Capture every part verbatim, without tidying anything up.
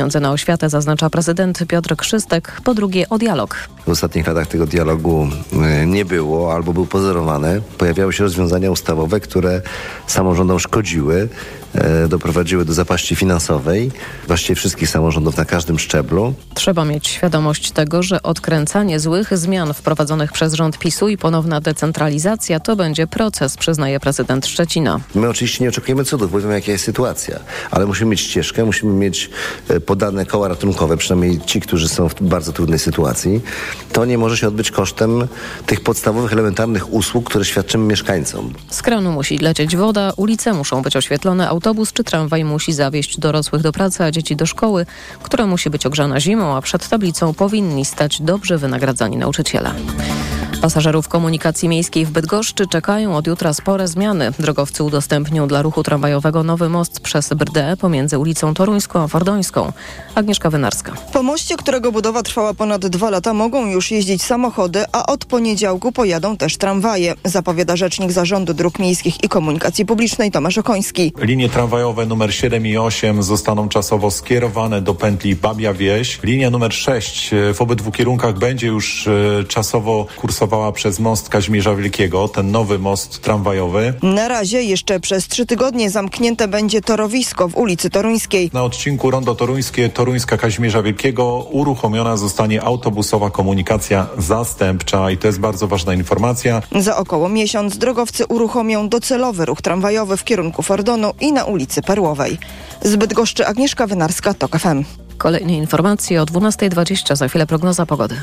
pieniądze na oświatę, zaznacza prezydent Piotr Krzystek. Po drugie o dialog. W ostatnich latach tego dialogu nie było albo był pozorowany. Pojawiały się rozwiązania ustawowe, które samorządom szkodziły, doprowadziły do zapaści finansowej właściwie wszystkich samorządów na każdym szczeblu. Trzeba mieć świadomość tego, że odkręcanie złych zmian wprowadzonych przez rząd PiSu i ponowna decentralizacja to będzie proces, przyznaje prezydent Szczecina. My oczywiście nie oczekujemy cudów, bo wiemy, jaka jest sytuacja, ale musimy mieć ścieżkę, musimy mieć podane koła ratunkowe, przynajmniej ci, którzy są w bardzo trudnej sytuacji. To nie może się odbyć kosztem tych podstawowych, elementarnych usług, które świadczymy mieszkańcom. Z kranu musi lecieć woda, ulice muszą być oświetlone, autobus czy tramwaj musi zawieźć dorosłych do pracy, a dzieci do szkoły, która musi być ogrzana zimą, a przed tablicą powinni stać dobrze wynagradzani nauczyciele. Pasażerów komunikacji miejskiej w Bydgoszczy czekają od jutra spore zmiany. Drogowcy udostępnią dla ruchu tramwajowego nowy most przez Brdę pomiędzy ulicą Toruńską a Fordońską. Agnieszka Wynarska. Po moście, którego budowa trwała ponad dwa lata, mogą już jeździć samochody, a od poniedziałku pojadą też tramwaje, zapowiada rzecznik Zarządu Dróg Miejskich i Komunikacji Publicznej Tomasz Okoński. Linie tramwajowe numer siedem i osiem zostaną czasowo skierowane do pętli Babia Wieś. Linia numer sześć w obydwu kierunkach będzie już czasowo kursowała przez most Kazimierza Wielkiego, ten nowy most tramwajowy. Na razie jeszcze przez trzy tygodnie zamknięte będzie torowisko w ulicy Toruńskiej. Na odcinku Rondo Toruńskie, Toruńska Kazimierza Wielkiego uruchomiona zostanie autobusowa komunikacja zastępcza i to jest bardzo ważna informacja. Za około miesiąc drogowcy uruchomią docelowy ruch tramwajowy w kierunku Fordonu i na ulicy Perłowej. Z Bydgoszczy Agnieszka Wynarska, TOK F M. Kolejne informacje o dwunasta dwadzieścia, za chwilę prognoza pogody.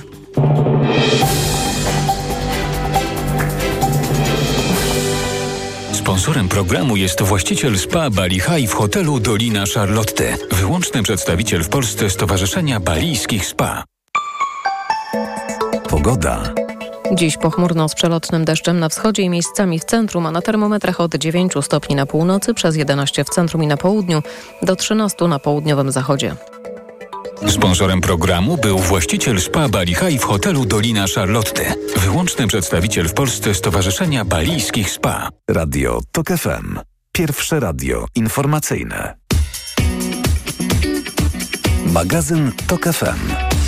Sponsorem programu jest właściciel spa Bali High w hotelu Dolina Charlotte. Wyłączny przedstawiciel w Polsce Stowarzyszenia Balijskich Spa. Pogoda. Dziś pochmurno z przelotnym deszczem na wschodzie i miejscami w centrum, a na termometrach od dziewięciu stopni na północy, przez jedenaście w centrum i na południu, do trzynastu na południowym zachodzie. Sponsorem programu był właściciel spa Bali High w hotelu Dolina Charlotte. Wyłączny przedstawiciel w Polsce Stowarzyszenia Balijskich Spa. Radio TOK F M. Pierwsze radio informacyjne. Magazyn TOK F M.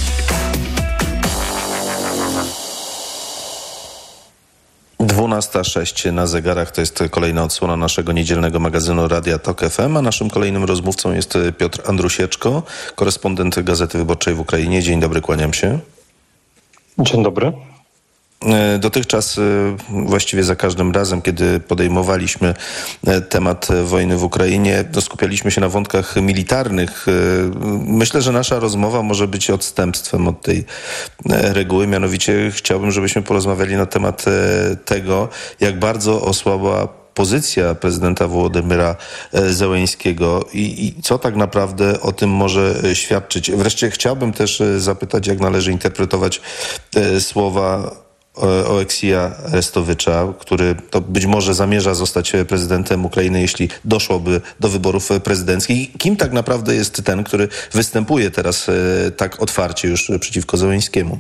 dwunasta sześć na zegarach, to jest kolejna odsłona naszego niedzielnego magazynu Radia TOK F M, a naszym kolejnym rozmówcą jest Piotr Andrusieczko, korespondent Gazety Wyborczej w Ukrainie. Dzień dobry, kłaniam się. Dzień dobry. Dotychczas właściwie za każdym razem, kiedy podejmowaliśmy temat wojny w Ukrainie, to skupialiśmy się na wątkach militarnych. Myślę, że nasza rozmowa może być odstępstwem od tej reguły. Mianowicie chciałbym, żebyśmy porozmawiali na temat tego, jak bardzo osłabła pozycja prezydenta Wołodymyra Zełeńskiego i, i co tak naprawdę o tym może świadczyć. Wreszcie chciałbym też zapytać, jak należy interpretować słowa Oleksija Arestowicza, który to być może zamierza zostać prezydentem Ukrainy, jeśli doszłoby do wyborów prezydenckich. Kim tak naprawdę jest ten, który występuje teraz tak otwarcie już przeciwko Zełeńskiemu?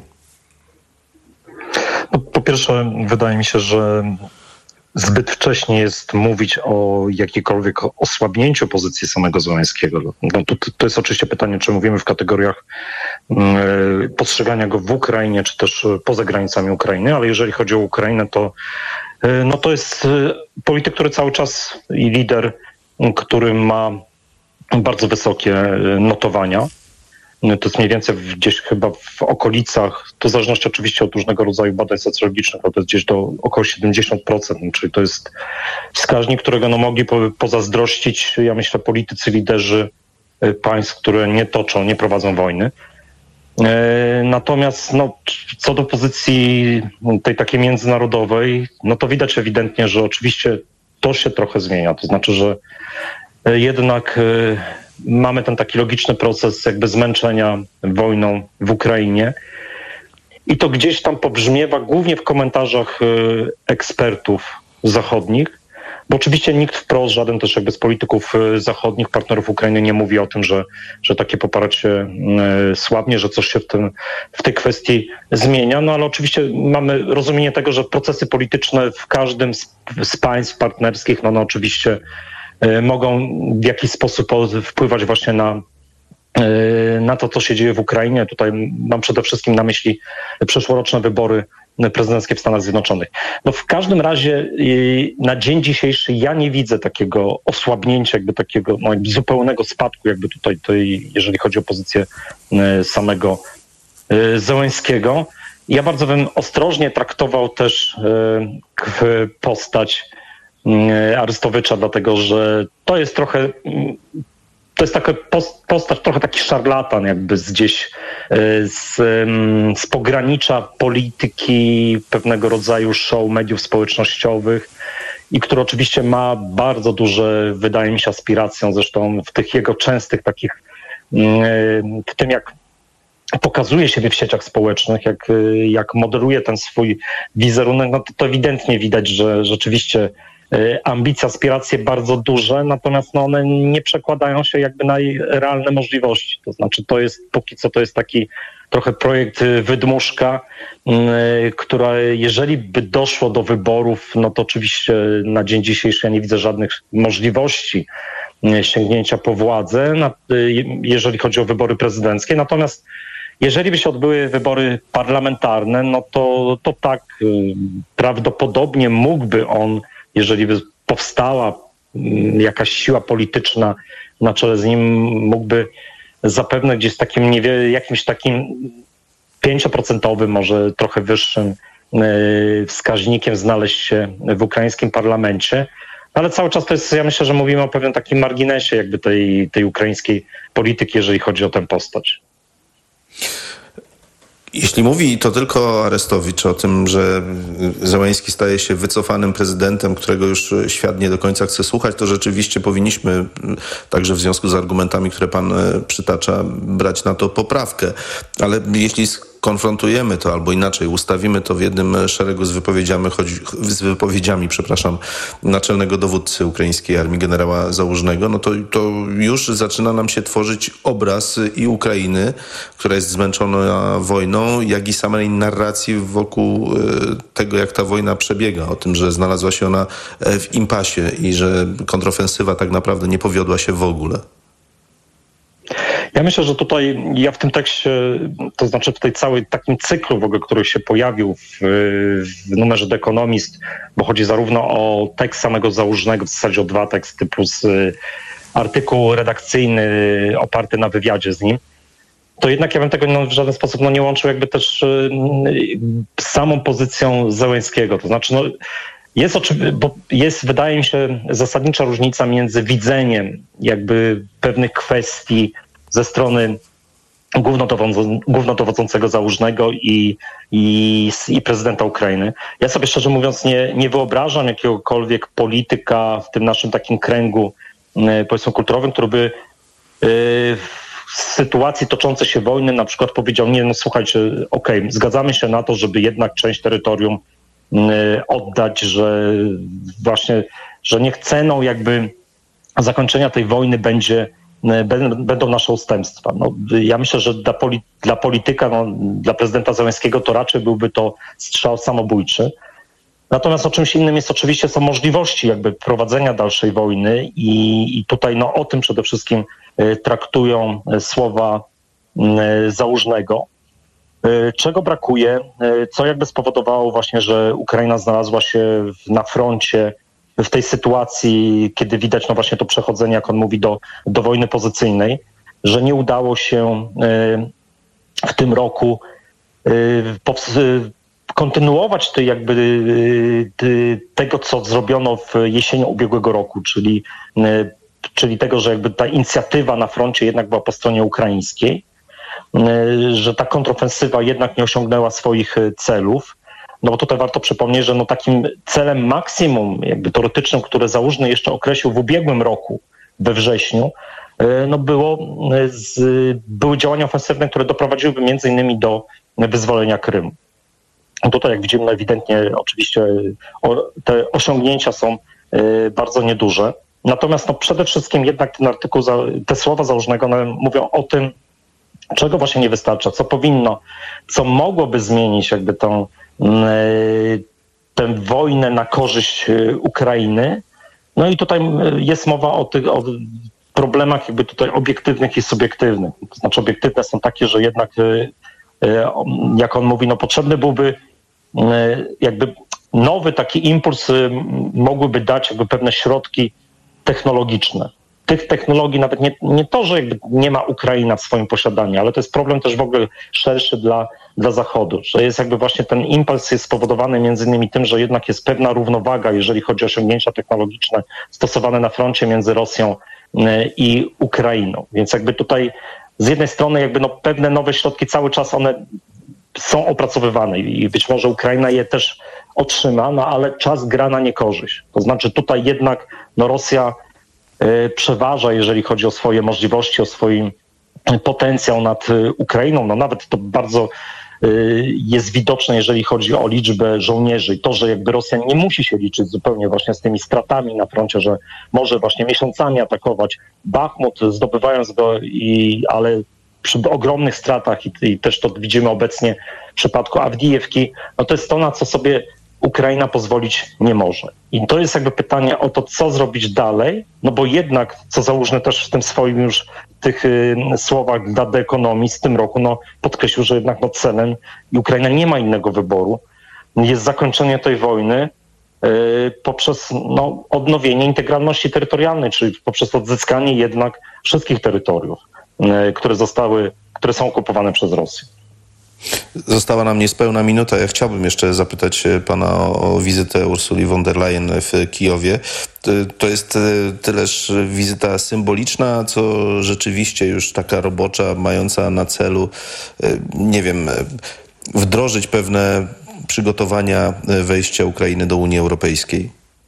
No, po pierwsze, wydaje mi się, że zbyt wcześnie jest mówić o jakikolwiek osłabnięciu pozycji samego Zełenskiego. No to, to jest oczywiście pytanie, czy mówimy w kategoriach y, postrzegania go w Ukrainie, czy też poza granicami Ukrainy, ale jeżeli chodzi o Ukrainę, to, y, no to jest y, polityk, który cały czas i lider, y, który ma bardzo wysokie y, notowania. To jest mniej więcej gdzieś chyba w okolicach, to w zależności oczywiście od różnego rodzaju badań socjologicznych, ale to jest gdzieś do około siedemdziesiąt procent, czyli to jest wskaźnik, którego no mogli po, pozazdrościć, ja myślę, politycy, liderzy państw, które nie toczą, nie prowadzą wojny. Natomiast no, co do pozycji tej takiej międzynarodowej, no to widać ewidentnie, że oczywiście to się trochę zmienia. To znaczy, że jednak mamy ten taki logiczny proces jakby zmęczenia wojną w Ukrainie i to gdzieś tam pobrzmiewa głównie w komentarzach ekspertów zachodnich, bo oczywiście nikt wprost, żaden też jakby z polityków zachodnich, partnerów Ukrainy nie mówi o tym, że, że takie poparcie słabnie, że coś się w, tym, w tej kwestii zmienia, no ale oczywiście mamy rozumienie tego, że procesy polityczne w każdym z, z państw partnerskich, no, no oczywiście mogą w jakiś sposób wpływać właśnie na, na to, co się dzieje w Ukrainie. Tutaj mam przede wszystkim na myśli przyszłoroczne wybory prezydenckie w Stanach Zjednoczonych. No w każdym razie na dzień dzisiejszy ja nie widzę takiego osłabnięcia, jakby takiego no, jakby zupełnego spadku, jakby tutaj, tutaj, jeżeli chodzi o pozycję samego Zełenskiego. Ja bardzo bym ostrożnie traktował też postać Arestowicza, dlatego że to jest trochę, to jest taka postać, trochę taki szarlatan jakby z gdzieś z, z pogranicza polityki, pewnego rodzaju show mediów społecznościowych i który oczywiście ma bardzo duże, wydaje mi się, aspiracje, zresztą w tych jego częstych takich, w tym jak pokazuje siebie w sieciach społecznych, jak, jak modeluje ten swój wizerunek, no to, to ewidentnie widać, że rzeczywiście ambicje, aspiracje bardzo duże, natomiast no one nie przekładają się jakby na realne możliwości. To znaczy to jest, póki co to jest taki trochę projekt wydmuszka, która jeżeli by doszło do wyborów, no to oczywiście na dzień dzisiejszy ja nie widzę żadnych możliwości sięgnięcia po władzę, jeżeli chodzi o wybory prezydenckie. Natomiast jeżeli by się odbyły wybory parlamentarne, no to, to tak, prawdopodobnie mógłby on, jeżeli by powstała jakaś siła polityczna na czele z nim, mógłby zapewne gdzieś z takim niewie, jakimś takim pięcioprocentowym, może trochę wyższym wskaźnikiem znaleźć się w ukraińskim parlamencie. Ale cały czas to jest, ja myślę, że mówimy o pewnym takim marginesie jakby tej, tej ukraińskiej polityki, jeżeli chodzi o tę postać. Jeśli mówi to tylko Arestowicz o tym, że Zełenski staje się wycofanym prezydentem, którego już świat nie do końca chce słuchać, to rzeczywiście powinniśmy także w związku z argumentami, które pan przytacza, brać na to poprawkę. Ale jeśli konfrontujemy to, albo inaczej ustawimy to w jednym szeregu z wypowiedziami, chodzi, z wypowiedziami, przepraszam, naczelnego dowódcy ukraińskiej armii, generała Załużnego, no to, to już zaczyna nam się tworzyć obraz i Ukrainy, która jest zmęczona wojną, jak i samej narracji wokół tego, jak ta wojna przebiega, o tym, że znalazła się ona w impasie i że kontrofensywa tak naprawdę nie powiodła się w ogóle. Ja myślę, że tutaj ja w tym tekście, to znaczy w tej całej takim cyklu w ogóle, który się pojawił w, w numerze The Economist, bo chodzi zarówno o tekst samego Załużnego, w zasadzie o dwa teksty, plus artykuł redakcyjny oparty na wywiadzie z nim, to jednak ja bym tego no, w żaden sposób no, nie łączył jakby też z samą pozycją Zełenskiego. To znaczy, no, jest, bo jest, wydaje mi się, zasadnicza różnica między widzeniem jakby pewnych kwestii ze strony głównodowodzącego Załużnego i, i, i prezydenta Ukrainy. Ja sobie szczerze mówiąc nie, nie wyobrażam jakiegokolwiek polityka w tym naszym takim kręgu, powiedzmy, kulturowym, który by w sytuacji toczącej się wojny na przykład powiedział, nie, no słuchajcie, okej, okay, zgadzamy się na to, żeby jednak część terytorium oddać, że właśnie, że niech ceną jakby zakończenia tej wojny będzie, będą nasze ustępstwa. No, ja myślę, że dla, poli, dla polityka, no, dla prezydenta Zełenskiego to raczej byłby to strzał samobójczy. Natomiast o czymś innym jest oczywiście są możliwości jakby prowadzenia dalszej wojny i, i tutaj no, o tym przede wszystkim traktują słowa Załużnego. Czego brakuje, co jakby spowodowało właśnie, że Ukraina znalazła się na froncie w tej sytuacji, kiedy widać no właśnie to przechodzenie, jak on mówi, do, do wojny pozycyjnej, że nie udało się w tym roku kontynuować tej jakby tego, co zrobiono w jesienią ubiegłego roku, czyli, czyli tego, że jakby ta inicjatywa na froncie jednak była po stronie ukraińskiej, że ta kontrofensywa jednak nie osiągnęła swoich celów. No bo tutaj warto przypomnieć, że no takim celem maksimum jakby teoretycznym, które Załużny jeszcze określił w ubiegłym roku, we wrześniu, no było, z, były działania ofensywne, które doprowadziłyby między innymi do wyzwolenia Krymu. No tutaj jak widzimy, no ewidentnie oczywiście te osiągnięcia są bardzo nieduże. Natomiast no przede wszystkim jednak ten artykuł, te słowa Załużnego no, mówią o tym, czego właśnie nie wystarcza, co powinno, co mogłoby zmienić jakby tą, tę wojnę na korzyść Ukrainy. No i tutaj jest mowa o, tych, o problemach jakby tutaj obiektywnych i subiektywnych. To znaczy obiektywne są takie, że jednak, jak on mówi, no potrzebny byłby jakby nowy taki impuls, mogłyby dać jakby pewne środki technologiczne. Tych technologii nawet nie, nie to, że jakby nie ma Ukraina w swoim posiadaniu, ale to jest problem też w ogóle szerszy dla, dla Zachodu, że jest jakby właśnie ten impuls jest spowodowany między innymi tym, że jednak jest pewna równowaga, jeżeli chodzi o osiągnięcia technologiczne stosowane na froncie między Rosją i Ukrainą. Więc jakby tutaj z jednej strony jakby no pewne nowe środki cały czas one są opracowywane i być może Ukraina je też otrzyma, no ale czas gra na niekorzyść. To znaczy tutaj jednak no Rosja y, przeważa, jeżeli chodzi o swoje możliwości, o swój potencjał nad y, Ukrainą. No nawet to bardzo y, jest widoczne, jeżeli chodzi o liczbę żołnierzy. I to, że jakby Rosja nie musi się liczyć zupełnie właśnie z tymi stratami na froncie, że może właśnie miesiącami atakować Bachmut, zdobywając go, i, ale przy ogromnych stratach i, i też to widzimy obecnie w przypadku Awdijewki, no to jest to, na co sobie Ukraina pozwolić nie może. I to jest jakby pytanie o to, co zrobić dalej, no bo jednak, co Załużny też w tym swoim już tych y, słowach dla The Economist w tym roku, no podkreślił, że jednak no celem i Ukraina nie ma innego wyboru, jest zakończenie tej wojny y, poprzez no, odnowienie integralności terytorialnej, czyli poprzez odzyskanie jednak wszystkich terytoriów, y, które zostały, które są okupowane przez Rosję. Została nam niespełna minuta. Ja chciałbym jeszcze zapytać pana o, o wizytę Ursuli von der Leyen w Kijowie. To jest tyleż wizyta symboliczna, co rzeczywiście już taka robocza, mająca na celu, nie wiem, wdrożyć pewne przygotowania wejścia Ukrainy do Unii Europejskiej?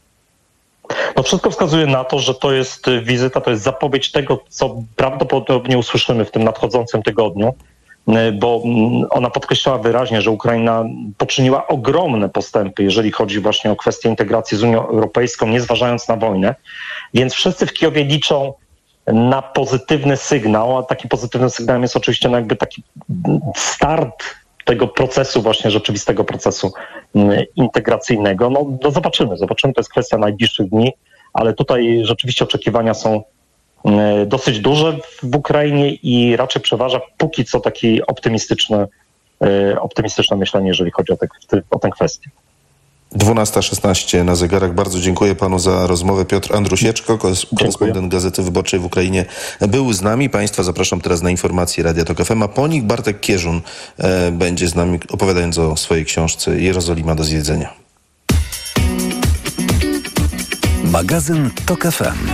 No wszystko wskazuje na to, że to jest wizyta, to jest zapowiedź tego, co prawdopodobnie usłyszymy w tym nadchodzącym tygodniu, bo ona podkreślała wyraźnie, że Ukraina poczyniła ogromne postępy, jeżeli chodzi właśnie o kwestię integracji z Unią Europejską, nie zważając na wojnę. Więc wszyscy w Kijowie liczą na pozytywny sygnał, a taki pozytywny sygnałem jest oczywiście no jakby taki start tego procesu, właśnie rzeczywistego procesu integracyjnego. No, no zobaczymy, zobaczymy, to jest kwestia najbliższych dni, ale tutaj rzeczywiście oczekiwania są dosyć duże w Ukrainie i raczej przeważa póki co takie optymistyczne, optymistyczne myślenie, jeżeli chodzi o, te, o tę kwestię. dwunasta szesnaście na zegarach. Bardzo dziękuję panu za rozmowę. Piotr Andrusieczko, korespondent Gazety Wyborczej w Ukrainie, był z nami. Państwa zapraszam teraz na informacje Radia Tok F M, a po nich Bartek Kierzun e, będzie z nami, opowiadając o swojej książce Jerozolima do zjedzenia. Magazyn Tok F M.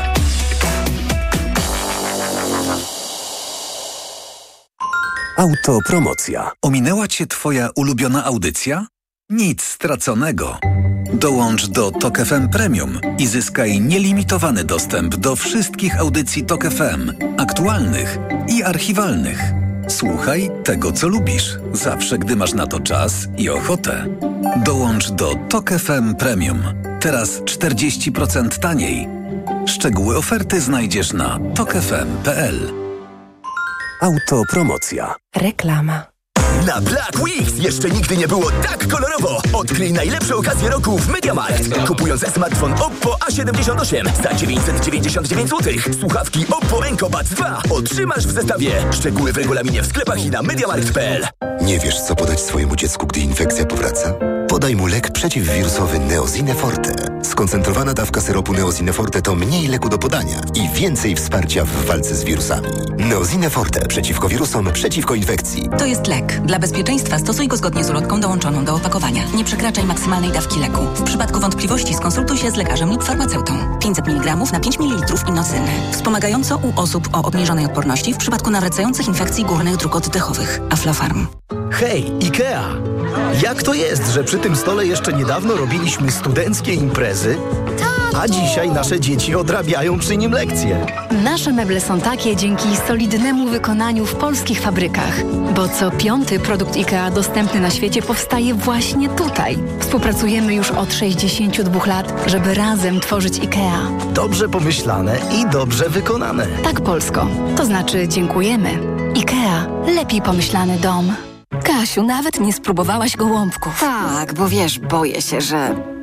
Autopromocja. Ominęła cię twoja ulubiona audycja? Nic straconego. Dołącz do Tok F M Premium i zyskaj nielimitowany dostęp do wszystkich audycji Tok F M, aktualnych i archiwalnych. Słuchaj tego, co lubisz, zawsze, gdy masz na to czas i ochotę. Dołącz do Tok F M Premium. Teraz czterdzieści procent taniej. Szczegóły oferty znajdziesz na tok f m kropka p l. Autopromocja. Reklama. Na Black Weeks jeszcze nigdy nie było tak kolorowo. Odkryj najlepsze okazje roku w MediaMarkt. Kupując smartfon Oppo A siedemdziesiąt osiem za dziewięćset dziewięćdziesiąt dziewięć złotych, słuchawki Oppo EncoBuds dwa otrzymasz w zestawie. Szczegóły w regulaminie w sklepach i na mediamarkt kropka p l. Nie wiesz, co podać swojemu dziecku, gdy infekcja powraca? Podaj mu lek przeciwwirusowy Neosine Forte. Skoncentrowana dawka syropu Neosine Forte to mniej leku do podania i więcej wsparcia w walce z wirusami. Neosine Forte przeciwko wirusom, przeciwko infekcji. To jest lek. Dla bezpieczeństwa stosuj go zgodnie z ulotką dołączoną do opakowania. Nie przekraczaj maksymalnej dawki leku. W przypadku wątpliwości skonsultuj się z lekarzem lub farmaceutą. pięćset miligramów na pięć mililitrów inocyny. Wspomagająco u osób o obniżonej odporności w przypadku nawracających infekcji górnych dróg oddechowych. Aflofarm. Hej, IKEA! Jak to jest, że przy tym stole jeszcze niedawno robiliśmy studenckie imprezy, a dzisiaj nasze dzieci odrabiają przy nim lekcje? Nasze meble są takie dzięki solidnemu wykonaniu w polskich fabrykach, bo co piąty produkt IKEA dostępny na świecie powstaje właśnie tutaj. Współpracujemy już od sześćdziesięciu dwóch lat, żeby razem tworzyć IKEA. Dobrze pomyślane i dobrze wykonane. Tak, Polsko. To znaczy dziękujemy. IKEA. Lepiej pomyślany dom. Kasiu, nawet nie spróbowałaś gołąbków. Tak, bo wiesz, boję się, że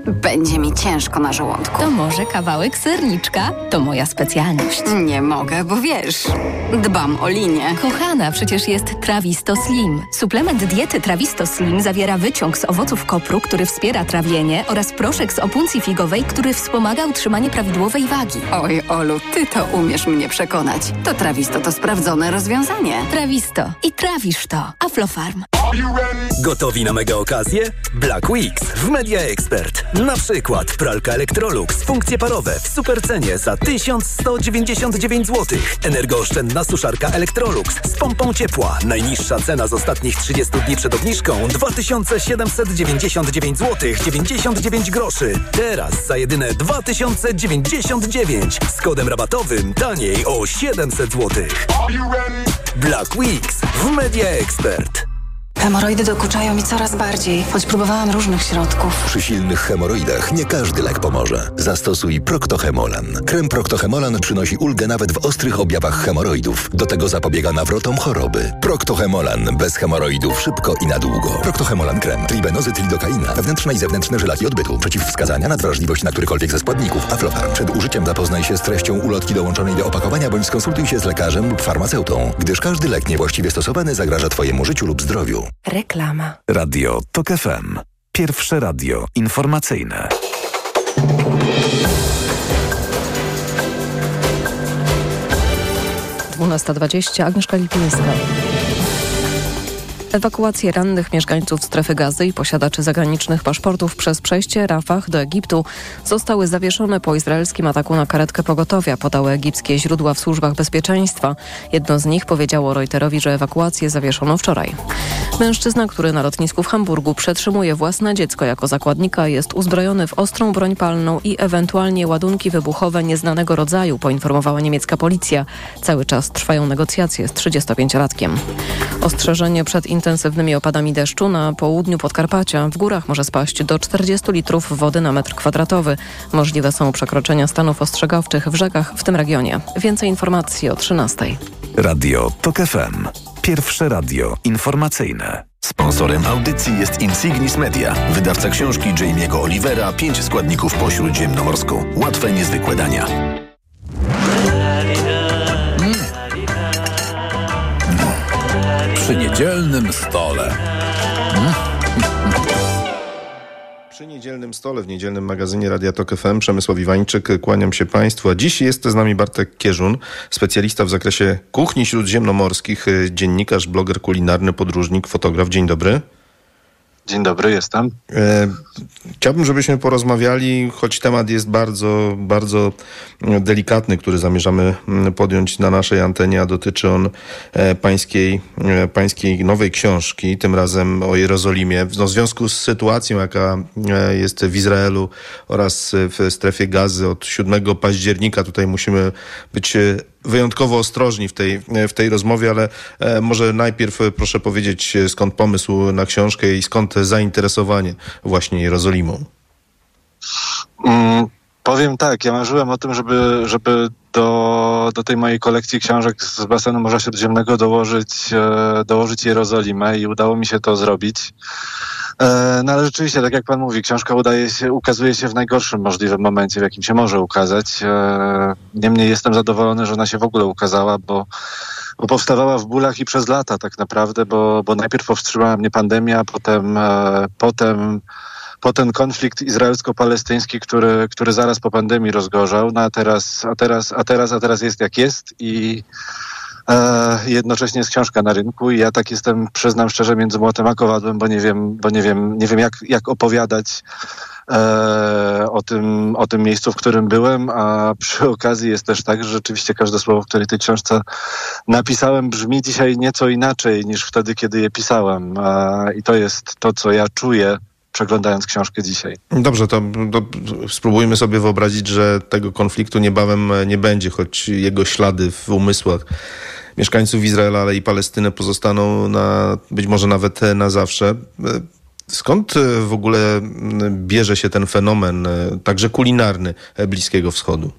Będzie mi ciężko na żołądku. To może kawałek serniczka? To moja specjalność. Nie mogę, bo wiesz, dbam o linię. Kochana, przecież jest Trawisto Slim. Suplement diety Trawisto Slim zawiera wyciąg z owoców kopru, który wspiera trawienie, oraz proszek z opuncji figowej, który wspomaga utrzymanie prawidłowej wagi. Oj, Olu, ty to umiesz mnie przekonać. To Trawisto to sprawdzone rozwiązanie. Trawisto. I trawisz to. Aflofarm. Gotowi na mega okazję? Black Weeks w Media Expert. Na przykład pralka Electrolux, funkcje parowe w supercenie za tysiąc sto dziewięćdziesiąt dziewięć złotych. Energooszczędna suszarka Electrolux z pompą ciepła. Najniższa cena z ostatnich trzydziestu dni przed obniżką dwa tysiące siedemset dziewięćdziesiąt dziewięć złotych dziewięćdziesiąt dziewięć groszy. Teraz za jedyne dwa tysiące dziewięćdziesiąt dziewięć. Z kodem rabatowym taniej o siedemset złotych. Black Weeks w Media Expert. Hemoroidy dokuczają mi coraz bardziej, choć próbowałam różnych środków. Przy silnych hemoroidach nie każdy lek pomoże. Zastosuj Proctohemolan. Krem Proctohemolan przynosi ulgę nawet w ostrych objawach hemoroidów. Do tego zapobiega nawrotom choroby. Proctohemolan. Bez hemoroidów szybko i na długo. Proctohemolan krem. Tribenozyt, lidokaina. Wewnętrzne i zewnętrzne żylaki odbytu. Przeciwwskazania na wrażliwość na którykolwiek ze składników. Aflofarm. Przed użyciem zapoznaj się z treścią ulotki dołączonej do opakowania bądź skonsultuj się z lekarzem lub farmaceutą, gdyż każdy lek niewłaściwie stosowany zagraża Twojemu życiu lub zdrowiu. Reklama. Radio TOK F M. Pierwsze radio informacyjne. dwunasta dwadzieścia. Agnieszka Lipińska. Ewakuację rannych mieszkańców strefy Gazy i posiadaczy zagranicznych paszportów przez przejście Rafah do Egiptu zostały zawieszone po izraelskim ataku na karetkę pogotowia, podały egipskie źródła w służbach bezpieczeństwa. Jedno z nich powiedziało Reuterowi, że ewakuację zawieszono wczoraj. Mężczyzna, który na lotnisku w Hamburgu przetrzymuje własne dziecko jako zakładnika, jest uzbrojony w ostrą broń palną i ewentualnie ładunki wybuchowe nieznanego rodzaju, poinformowała niemiecka policja. Cały czas trwają negocjacje z trzydziestopięciolatkiem. Ostrzeżenie przed intensywnymi opadami deszczu na południu Podkarpacia. W górach może spaść do czterdziestu litrów wody na metr kwadratowy. Możliwe są przekroczenia stanów ostrzegawczych w rzekach w tym regionie. Więcej informacji o trzynastej. Radio TOK F M. Pierwsze radio informacyjne. Sponsorem audycji jest Insignis Media, wydawca książki Jamie'ego Olivera Pięć składników po śródziemnomorsku. Łatwe, niezwykłe dania. Przy niedzielnym stole. Hmm? Przy niedzielnym stole w niedzielnym magazynie Radia TOK F M Przemysław Iwańczyk, kłaniam się Państwu. A dziś jest z nami Bartek Kierzun, specjalista w zakresie kuchni śródziemnomorskich, dziennikarz, bloger kulinarny, podróżnik, fotograf. Dzień dobry. Dzień dobry, jestem. E, chciałbym, żebyśmy porozmawiali, choć temat jest bardzo, bardzo delikatny, który zamierzamy podjąć na naszej antenie, a dotyczy on e, pańskiej, e, pańskiej nowej książki, tym razem o Jerozolimie. No, w związku z sytuacją, jaka e, jest w Izraelu oraz w strefie Gazy od siódmego października, tutaj musimy być wyjątkowo ostrożni w tej, w tej rozmowie, ale e, może najpierw proszę powiedzieć, skąd pomysł na książkę i skąd zainteresowanie właśnie Jerozolimą? Mm, powiem tak, ja marzyłem o tym, żeby, żeby do, do tej mojej kolekcji książek z basenu Morza Śródziemnego dołożyć, e, dołożyć Jerozolimę i udało mi się to zrobić. No ale rzeczywiście, tak jak pan mówi, książka udaje się, ukazuje się w najgorszym możliwym momencie, w jakim się może ukazać. Niemniej jestem zadowolony, że ona się w ogóle ukazała, bo, bo powstawała w bólach i przez lata tak naprawdę, bo, bo najpierw powstrzymała mnie pandemia, potem, potem po ten konflikt izraelsko-palestyński, który, który zaraz po pandemii rozgorzał, no a teraz, a teraz, a teraz, a teraz jest jak jest i E, jednocześnie jest książka na rynku i ja tak jestem, przyznam szczerze, między młotem a kowadłem, bo nie wiem, bo nie wiem, nie wiem jak, jak opowiadać e, o tym, o tym miejscu, w którym byłem, a przy okazji jest też tak, że rzeczywiście każde słowo, które tej książce napisałem, brzmi dzisiaj nieco inaczej niż wtedy, kiedy je pisałem. E, I to jest to, co ja czuję, przeglądając książkę dzisiaj. Dobrze, to, to spróbujmy sobie wyobrazić, że tego konfliktu niebawem nie będzie, choć jego ślady w umysłach mieszkańców Izraela, ale i Palestyny pozostaną na, być może nawet na zawsze. Skąd w ogóle bierze się ten fenomen, także kulinarny, Bliskiego Wschodu?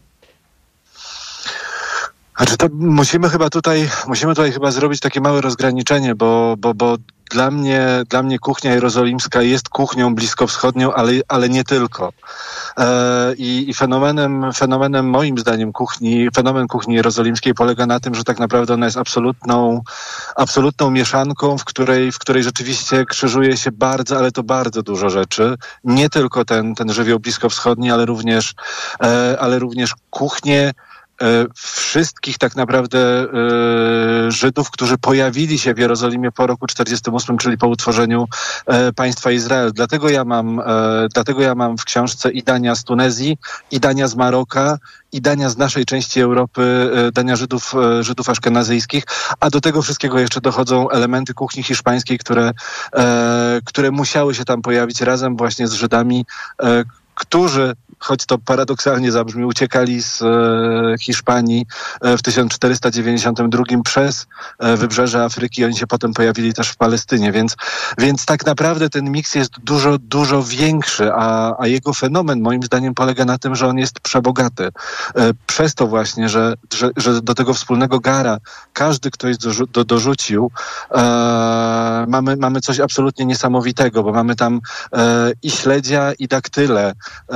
Znaczy to musimy chyba tutaj, musimy tutaj chyba zrobić takie małe rozgraniczenie, bo, bo, bo dla mnie, dla mnie kuchnia jerozolimska jest kuchnią bliskowschodnią, ale, ale nie tylko. E, i, I fenomenem, fenomenem moim zdaniem kuchni, fenomen kuchni jerozolimskiej polega na tym, że tak naprawdę ona jest absolutną, absolutną mieszanką, w której, w której rzeczywiście krzyżuje się bardzo, ale to bardzo dużo rzeczy. Nie tylko ten, ten żywioł bliskowschodni, ale również, e, ale również kuchnię wszystkich tak naprawdę e, Żydów, którzy pojawili się w Jerozolimie po roku czterdziestym ósmym, czyli po utworzeniu e, państwa Izrael. Dlatego ja mam, e, dlatego ja mam w książce i dania z Tunezji, i dania z Maroka, i dania z naszej części Europy, e, dania Żydów, e, Żydów aszkenazyjskich, a do tego wszystkiego jeszcze dochodzą elementy kuchni hiszpańskiej, które, e, które musiały się tam pojawić razem właśnie z Żydami, e, którzy, choć to paradoksalnie zabrzmi, uciekali z e, Hiszpanii e, w tysiąc czterysta dziewięćdziesiątym drugim przez e, wybrzeże Afryki. Oni się potem pojawili też w Palestynie, więc, więc tak naprawdę ten miks jest dużo, dużo większy, a, a jego fenomen moim zdaniem polega na tym, że on jest przebogaty. E, przez to właśnie, że, że, że do tego wspólnego gara każdy ktoś do, do, dorzucił, e, mamy, mamy coś absolutnie niesamowitego, bo mamy tam e, i śledzia, i daktyle,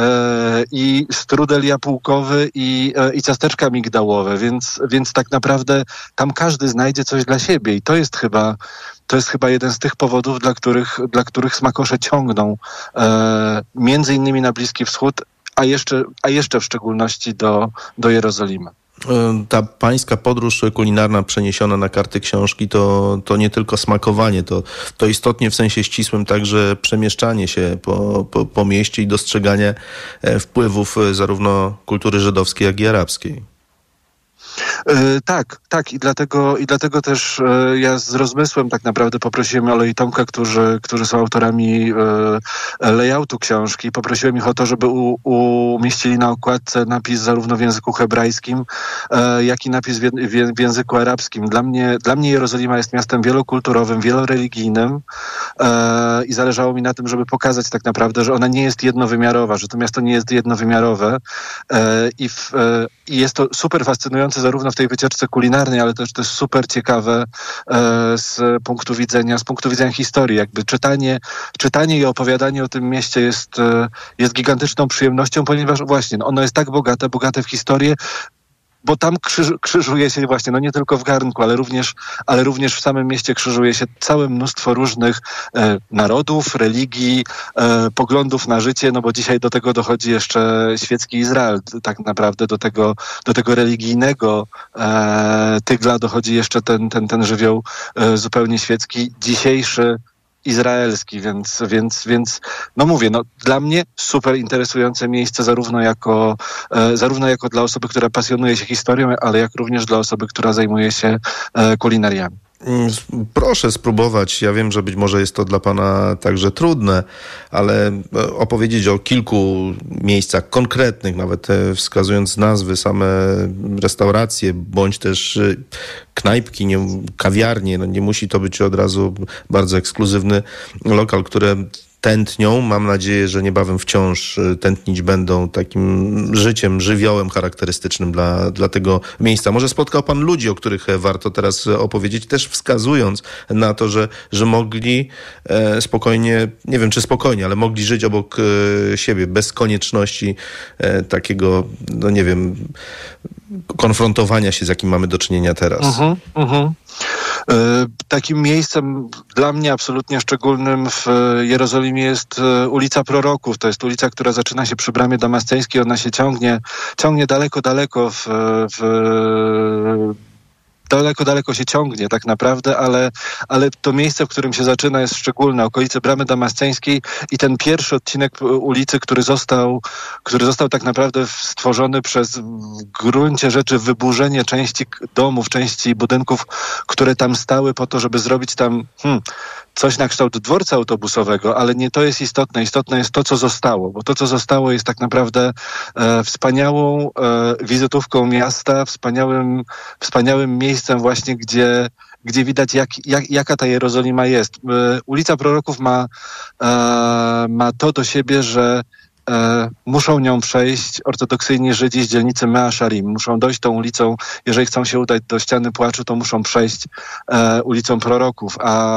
i strudel jabłkowy i, i ciasteczka migdałowe, więc, więc tak naprawdę tam każdy znajdzie coś dla siebie i to jest chyba, to jest chyba jeden z tych powodów, dla których, dla których smakosze ciągną e, między innymi na Bliski Wschód, a jeszcze, a jeszcze w szczególności do, do Jerozolimy. Ta pańska podróż kulinarna przeniesiona na karty książki to, to nie tylko smakowanie, to, to istotnie w sensie ścisłym także przemieszczanie się po, po, po mieście i dostrzeganie wpływów zarówno kultury żydowskiej, jak i arabskiej. Yy, tak, tak i dlatego, i dlatego też yy, ja z rozmysłem tak naprawdę poprosiłem Ole i Tomka, którzy, którzy są autorami yy, layoutu książki. Poprosiłem ich o to, żeby u, umieścili na okładce napis zarówno w języku hebrajskim, yy, jak i napis w, w, w języku arabskim. Dla mnie, dla mnie Jerozolima jest miastem wielokulturowym, wieloreligijnym yy, i zależało mi na tym, żeby pokazać tak naprawdę, że ona nie jest jednowymiarowa, że to miasto nie jest jednowymiarowe yy, i, w, yy, i jest to super fascynujące zarówno w tej wycieczce kulinarnej, ale też też super ciekawe e, z punktu widzenia, z punktu widzenia historii. Jakby czytanie, czytanie i opowiadanie o tym mieście jest, e, jest gigantyczną przyjemnością, ponieważ właśnie no, ono jest tak bogate, bogate w historię, bo tam krzyż, krzyżuje się właśnie, no nie tylko w garnku, ale również, ale również w samym mieście krzyżuje się całe mnóstwo różnych e, narodów, religii, e, poglądów na życie, no bo dzisiaj do tego dochodzi jeszcze świecki Izrael. Tak naprawdę do tego, do tego religijnego e, tygla dochodzi jeszcze ten, ten, ten żywioł e, zupełnie świecki, dzisiejszy, izraelski, więc, więc, więc no mówię, no dla mnie super interesujące miejsce zarówno jako, e, zarówno jako dla osoby, która pasjonuje się historią, ale jak również dla osoby, która zajmuje się e, kulinariami. Proszę spróbować. Ja wiem, że być może jest to dla pana także trudne, ale opowiedzieć o kilku miejscach konkretnych, nawet wskazując nazwy, same restauracje, bądź też knajpki, nie, kawiarnie. No nie musi to być od razu bardzo ekskluzywny lokal, które tętnią. Mam nadzieję, że niebawem wciąż tętnić będą takim życiem, żywiołem charakterystycznym dla, dla tego miejsca. Może spotkał pan ludzi, o których warto teraz opowiedzieć, też wskazując na to, że, że mogli e, spokojnie, nie wiem czy spokojnie, ale mogli żyć obok e, siebie, bez konieczności e, takiego, no nie wiem, konfrontowania się, z jakim mamy do czynienia teraz. Uh-huh, uh-huh. E, takim miejscem dla mnie absolutnie szczególnym w Jerozolimie jest ulica Proroków. To jest ulica, która zaczyna się przy Bramie Damasceńskiej. Ona się ciągnie, ciągnie daleko, daleko w, w daleko, daleko się ciągnie tak naprawdę, ale, ale to miejsce, w którym się zaczyna, jest szczególne. Okolice Bramy Damasceńskiej i ten pierwszy odcinek ulicy, który został, który został tak naprawdę stworzony przez w gruncie rzeczy wyburzenie części domów, części budynków, które tam stały po to, żeby zrobić tam hmm, coś na kształt dworca autobusowego, ale nie to jest istotne. Istotne jest to, co zostało, bo to, co zostało, jest tak naprawdę e, wspaniałą e, wizytówką miasta, wspaniałym, wspaniałym miejscem właśnie, gdzie, gdzie widać, jak, jak, jaka ta Jerozolima jest. E, ulica Proroków ma, e, ma to do siebie, że E, muszą nią przejść ortodoksyjni Żydzi z dzielnicy Mea Sharim. Muszą dojść tą ulicą, jeżeli chcą się udać do Ściany Płaczu, to muszą przejść e, ulicą Proroków, a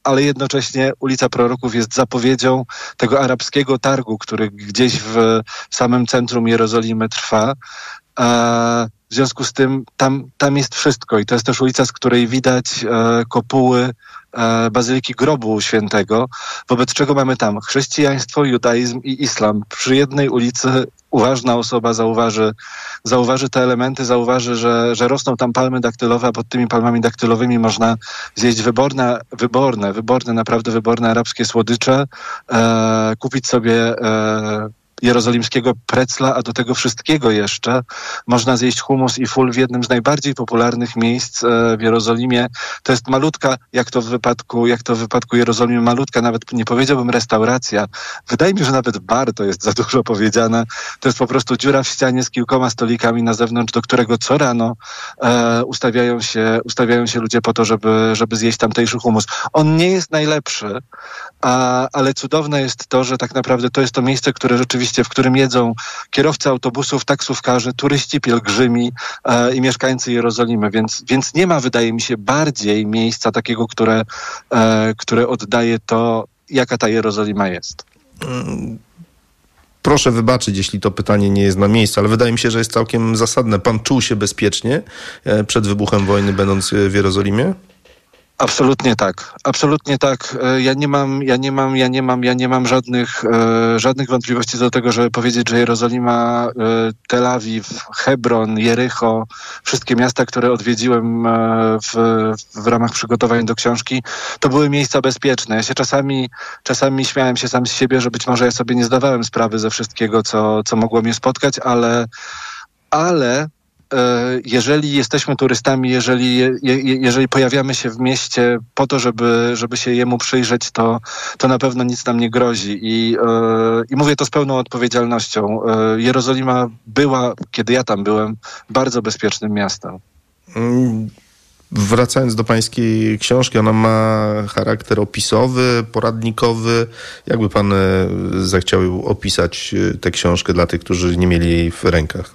ale jednocześnie ulica Proroków jest zapowiedzią tego arabskiego targu, który gdzieś w samym centrum Jerozolimy trwa. W związku z tym tam, tam jest wszystko i to jest też ulica, z której widać e, kopuły e, Bazyliki Grobu Świętego, wobec czego mamy tam chrześcijaństwo, judaizm i islam. Przy jednej ulicy uważna osoba zauważy, zauważy te elementy, zauważy, że, że rosną tam palmy daktylowe, a pod tymi palmami daktylowymi można zjeść wyborne, wyborne, wyborne, naprawdę wyborne arabskie słodycze, e, kupić sobie e, jerozolimskiego precla, a do tego wszystkiego jeszcze można zjeść hummus i ful w jednym z najbardziej popularnych miejsc w Jerozolimie. To jest malutka, jak to w wypadku, jak to w wypadku Jerozolimy, malutka, nawet nie powiedziałbym restauracja. Wydaje mi się, że nawet bar to jest za dużo powiedziane. To jest po prostu dziura w ścianie z kilkoma stolikami na zewnątrz, do którego co rano e, ustawiają się, ustawiają się ludzie po to, żeby, żeby zjeść tamtejszy hummus. On nie jest najlepszy, a, ale cudowne jest to, że tak naprawdę to jest to miejsce, które rzeczywiście w którym jedzą kierowcy autobusów, taksówkarze, turyści, pielgrzymi e, i mieszkańcy Jerozolimy. Więc, więc nie ma, wydaje mi się, bardziej miejsca takiego, które, e, które oddaje to, jaka ta Jerozolima jest. Proszę wybaczyć, jeśli to pytanie nie jest na miejscu, ale wydaje mi się, że jest całkiem zasadne. Pan czuł się bezpiecznie przed wybuchem wojny, będąc w Jerozolimie? Absolutnie tak. Absolutnie tak. Ja nie mam, ja nie mam, ja nie mam, ja nie mam żadnych, e, żadnych wątpliwości do tego, żeby powiedzieć, że Jerozolima, e, Tel Awiw, Hebron, Jericho, wszystkie miasta, które odwiedziłem e, w, w ramach przygotowań do książki, to były miejsca bezpieczne. Ja się czasami, czasami śmiałem się sam z siebie, że być może ja sobie nie zdawałem sprawy ze wszystkiego, co, co mogło mnie spotkać, ale, ale jeżeli jesteśmy turystami, jeżeli, je, jeżeli pojawiamy się w mieście po to, żeby, żeby się jemu przyjrzeć, to, to na pewno nic nam nie grozi. I, yy, i mówię to z pełną odpowiedzialnością. Yy, Jerozolima była, kiedy ja tam byłem, bardzo bezpiecznym miastem. Mm. Wracając do pańskiej książki, ona ma charakter opisowy, poradnikowy. Jakby pan zechciał opisać tę książkę dla tych, którzy nie mieli jej w rękach?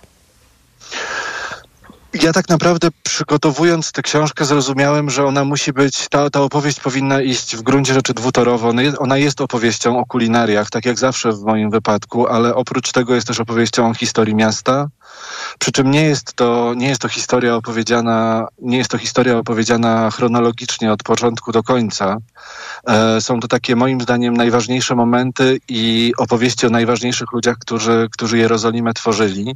Ja tak naprawdę przygotowując tę książkę zrozumiałem, że ona musi być, ta, ta opowieść powinna iść w gruncie rzeczy dwutorowo. Ona jest, ona jest opowieścią o kulinariach, tak jak zawsze w moim wypadku, ale oprócz tego jest też opowieścią o historii miasta. Przy czym nie jest to, nie jest to historia opowiedziana, nie jest to historia opowiedziana chronologicznie od początku do końca. E, są to takie moim zdaniem najważniejsze momenty i opowieści o najważniejszych ludziach, którzy, którzy Jerozolimę tworzyli.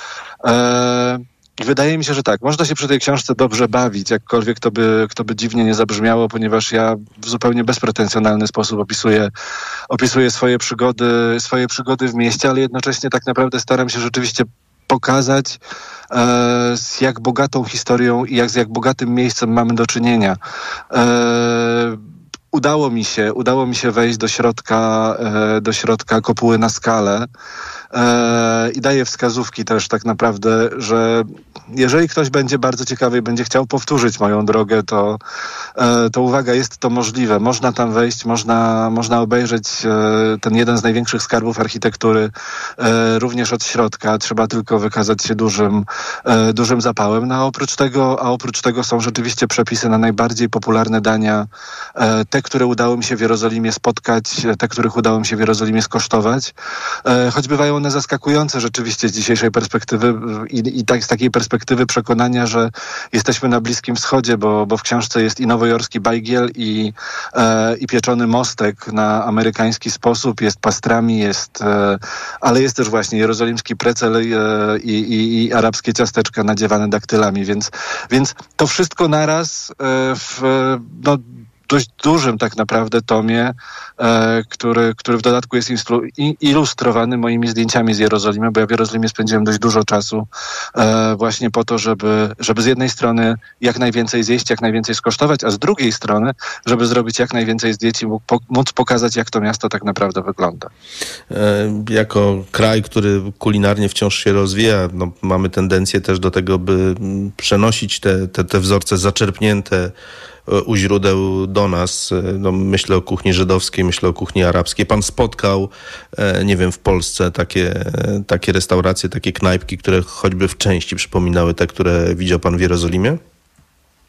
E, I wydaje mi się, że tak, można się przy tej książce dobrze bawić, jakkolwiek to by, to by dziwnie nie zabrzmiało, ponieważ ja w zupełnie bezpretensjonalny sposób opisuję, opisuję swoje przygody, swoje przygody w mieście, ale jednocześnie tak naprawdę staram się rzeczywiście pokazać, e, z jak bogatą historią i jak, z jak bogatym miejscem mamy do czynienia. E, udało mi się, udało mi się wejść do środka, e, do środka kopuły na Skalę. I daję wskazówki też tak naprawdę, że jeżeli ktoś będzie bardzo ciekawy i będzie chciał powtórzyć moją drogę, to, to uwaga, jest to możliwe. Można tam wejść, można, można obejrzeć ten jeden z największych skarbów architektury również od środka. Trzeba tylko wykazać się dużym, dużym zapałem. No, a oprócz tego, a oprócz tego są rzeczywiście przepisy na najbardziej popularne dania. Te, które udało mi się w Jerozolimie spotkać, te, których udało mi się w Jerozolimie skosztować. Choć bywają one zaskakujące rzeczywiście z dzisiejszej perspektywy i, i tak, z takiej perspektywy przekonania, że jesteśmy na Bliskim Wschodzie, bo, bo w książce jest i nowojorski bajgiel, i, e, i pieczony mostek na amerykański sposób, jest pastrami, jest, e, ale jest też właśnie jerozolimski precel e, i, i, i arabskie ciasteczka nadziewane daktylami, więc, więc to wszystko naraz e, w no, dość dużym tak naprawdę tomie, e, który, który w dodatku jest instru- ilustrowany moimi zdjęciami z Jerozolimy, bo ja w Jerozolimie spędziłem dość dużo czasu e, właśnie po to, żeby, żeby z jednej strony jak najwięcej zjeść, jak najwięcej skosztować, a z drugiej strony, żeby zrobić jak najwięcej zdjęć i po, móc pokazać, jak to miasto tak naprawdę wygląda. E, jako kraj, który kulinarnie wciąż się rozwija, no, mamy tendencję też do tego, by przenosić te, te, te wzorce zaczerpnięte u źródeł do nas. No, myślę o kuchni żydowskiej, myślę o kuchni arabskiej. Pan spotkał, nie wiem, w Polsce takie, takie restauracje, takie knajpki, które choćby w części przypominały te, które widział pan w Jerozolimie?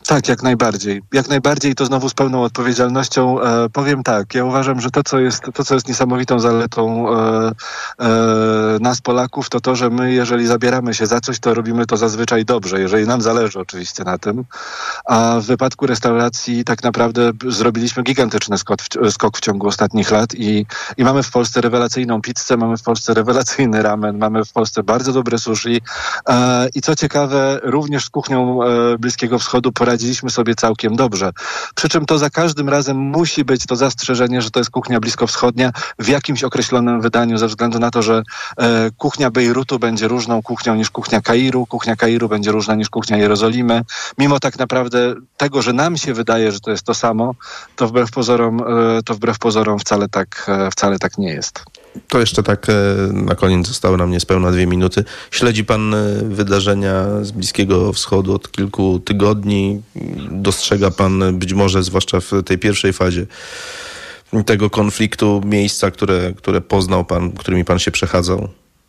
Tak, jak najbardziej. Jak najbardziej to znowu z pełną odpowiedzialnością. E, powiem tak, ja uważam, że to, co jest, to, co jest niesamowitą zaletą e, e, nas, Polaków, to to, że my, jeżeli zabieramy się za coś, to robimy to zazwyczaj dobrze, jeżeli nam zależy oczywiście na tym. A w wypadku restauracji tak naprawdę zrobiliśmy gigantyczny skok w, skok w ciągu ostatnich lat i, i mamy w Polsce rewelacyjną pizzę, mamy w Polsce rewelacyjny ramen, mamy w Polsce bardzo dobre sushi e, i co ciekawe, również z kuchnią e, Bliskiego Wschodu poradziliśmy sobie całkiem dobrze. Przy czym to za każdym razem musi być to zastrzeżenie, że to jest kuchnia bliskowschodnia w jakimś określonym wydaniu, ze względu na to, że e, kuchnia Bejrutu będzie różną kuchnią niż kuchnia Kairu, kuchnia Kairu będzie różna niż kuchnia Jerozolimy. Mimo tak naprawdę tego, że nam się wydaje, że to jest to samo, to wbrew pozorom, e, to wbrew pozorom wcale tak, e, wcale tak nie jest. To jeszcze tak na koniec, zostały nam niespełna dwie minuty. Śledzi pan wydarzenia z Bliskiego Wschodu od kilku tygodni. Dostrzega pan być może, zwłaszcza w tej pierwszej fazie tego konfliktu, miejsca, które, które poznał pan, którymi pan się przechadzał?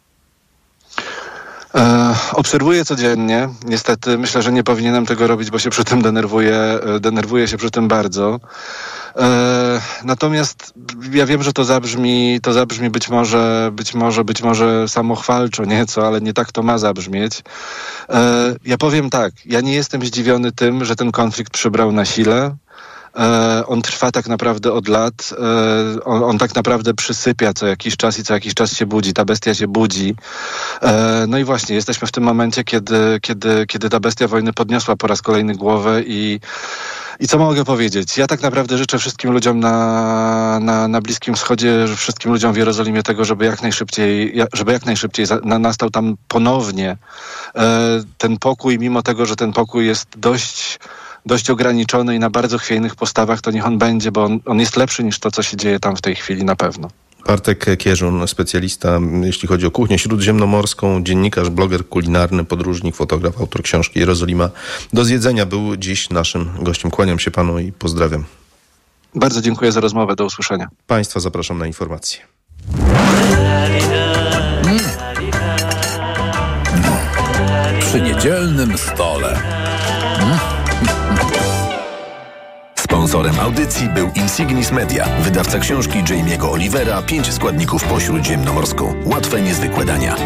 E, obserwuję codziennie. Niestety myślę, że nie powinienem tego robić, bo się przy tym denerwuję. Denerwuję się przy tym bardzo. E, natomiast ja wiem, że to zabrzmi, to zabrzmi być może, być może, być może samochwalczo nieco, ale nie tak to ma zabrzmieć. E, ja powiem tak, ja nie jestem zdziwiony tym, że ten konflikt przybrał na sile. E, on trwa tak naprawdę od lat, e, on, on tak naprawdę przysypia co jakiś czas i co jakiś czas się budzi, ta bestia się budzi. E, no i właśnie, jesteśmy w tym momencie, kiedy, kiedy, kiedy ta bestia wojny podniosła po raz kolejny głowę i I co mogę powiedzieć? Ja tak naprawdę życzę wszystkim ludziom na, na, na Bliskim Wschodzie, wszystkim ludziom w Jerozolimie tego, żeby jak najszybciej, żeby jak najszybciej za, na, nastał tam ponownie e, ten pokój, mimo tego, że ten pokój jest dość, dość ograniczony i na bardzo chwiejnych postawach, to niech on będzie, bo on, on jest lepszy niż to, co się dzieje tam w tej chwili na pewno. Bartek Kierzun, specjalista, jeśli chodzi o kuchnię śródziemnomorską, dziennikarz, bloger kulinarny, podróżnik, fotograf, autor książki Jerozolima do zjedzenia, był dziś naszym gościem. Kłaniam się panu i pozdrawiam. Bardzo dziękuję za rozmowę. Do usłyszenia. Państwa zapraszam na informacje. Mm. Przy niedzielnym stole. Mm. Sponsorem audycji był Insignis Media, wydawca książki Jamie'ego Olivera Pięć składników po śródziemnomorsku. Łatwe, niezwykłe dania.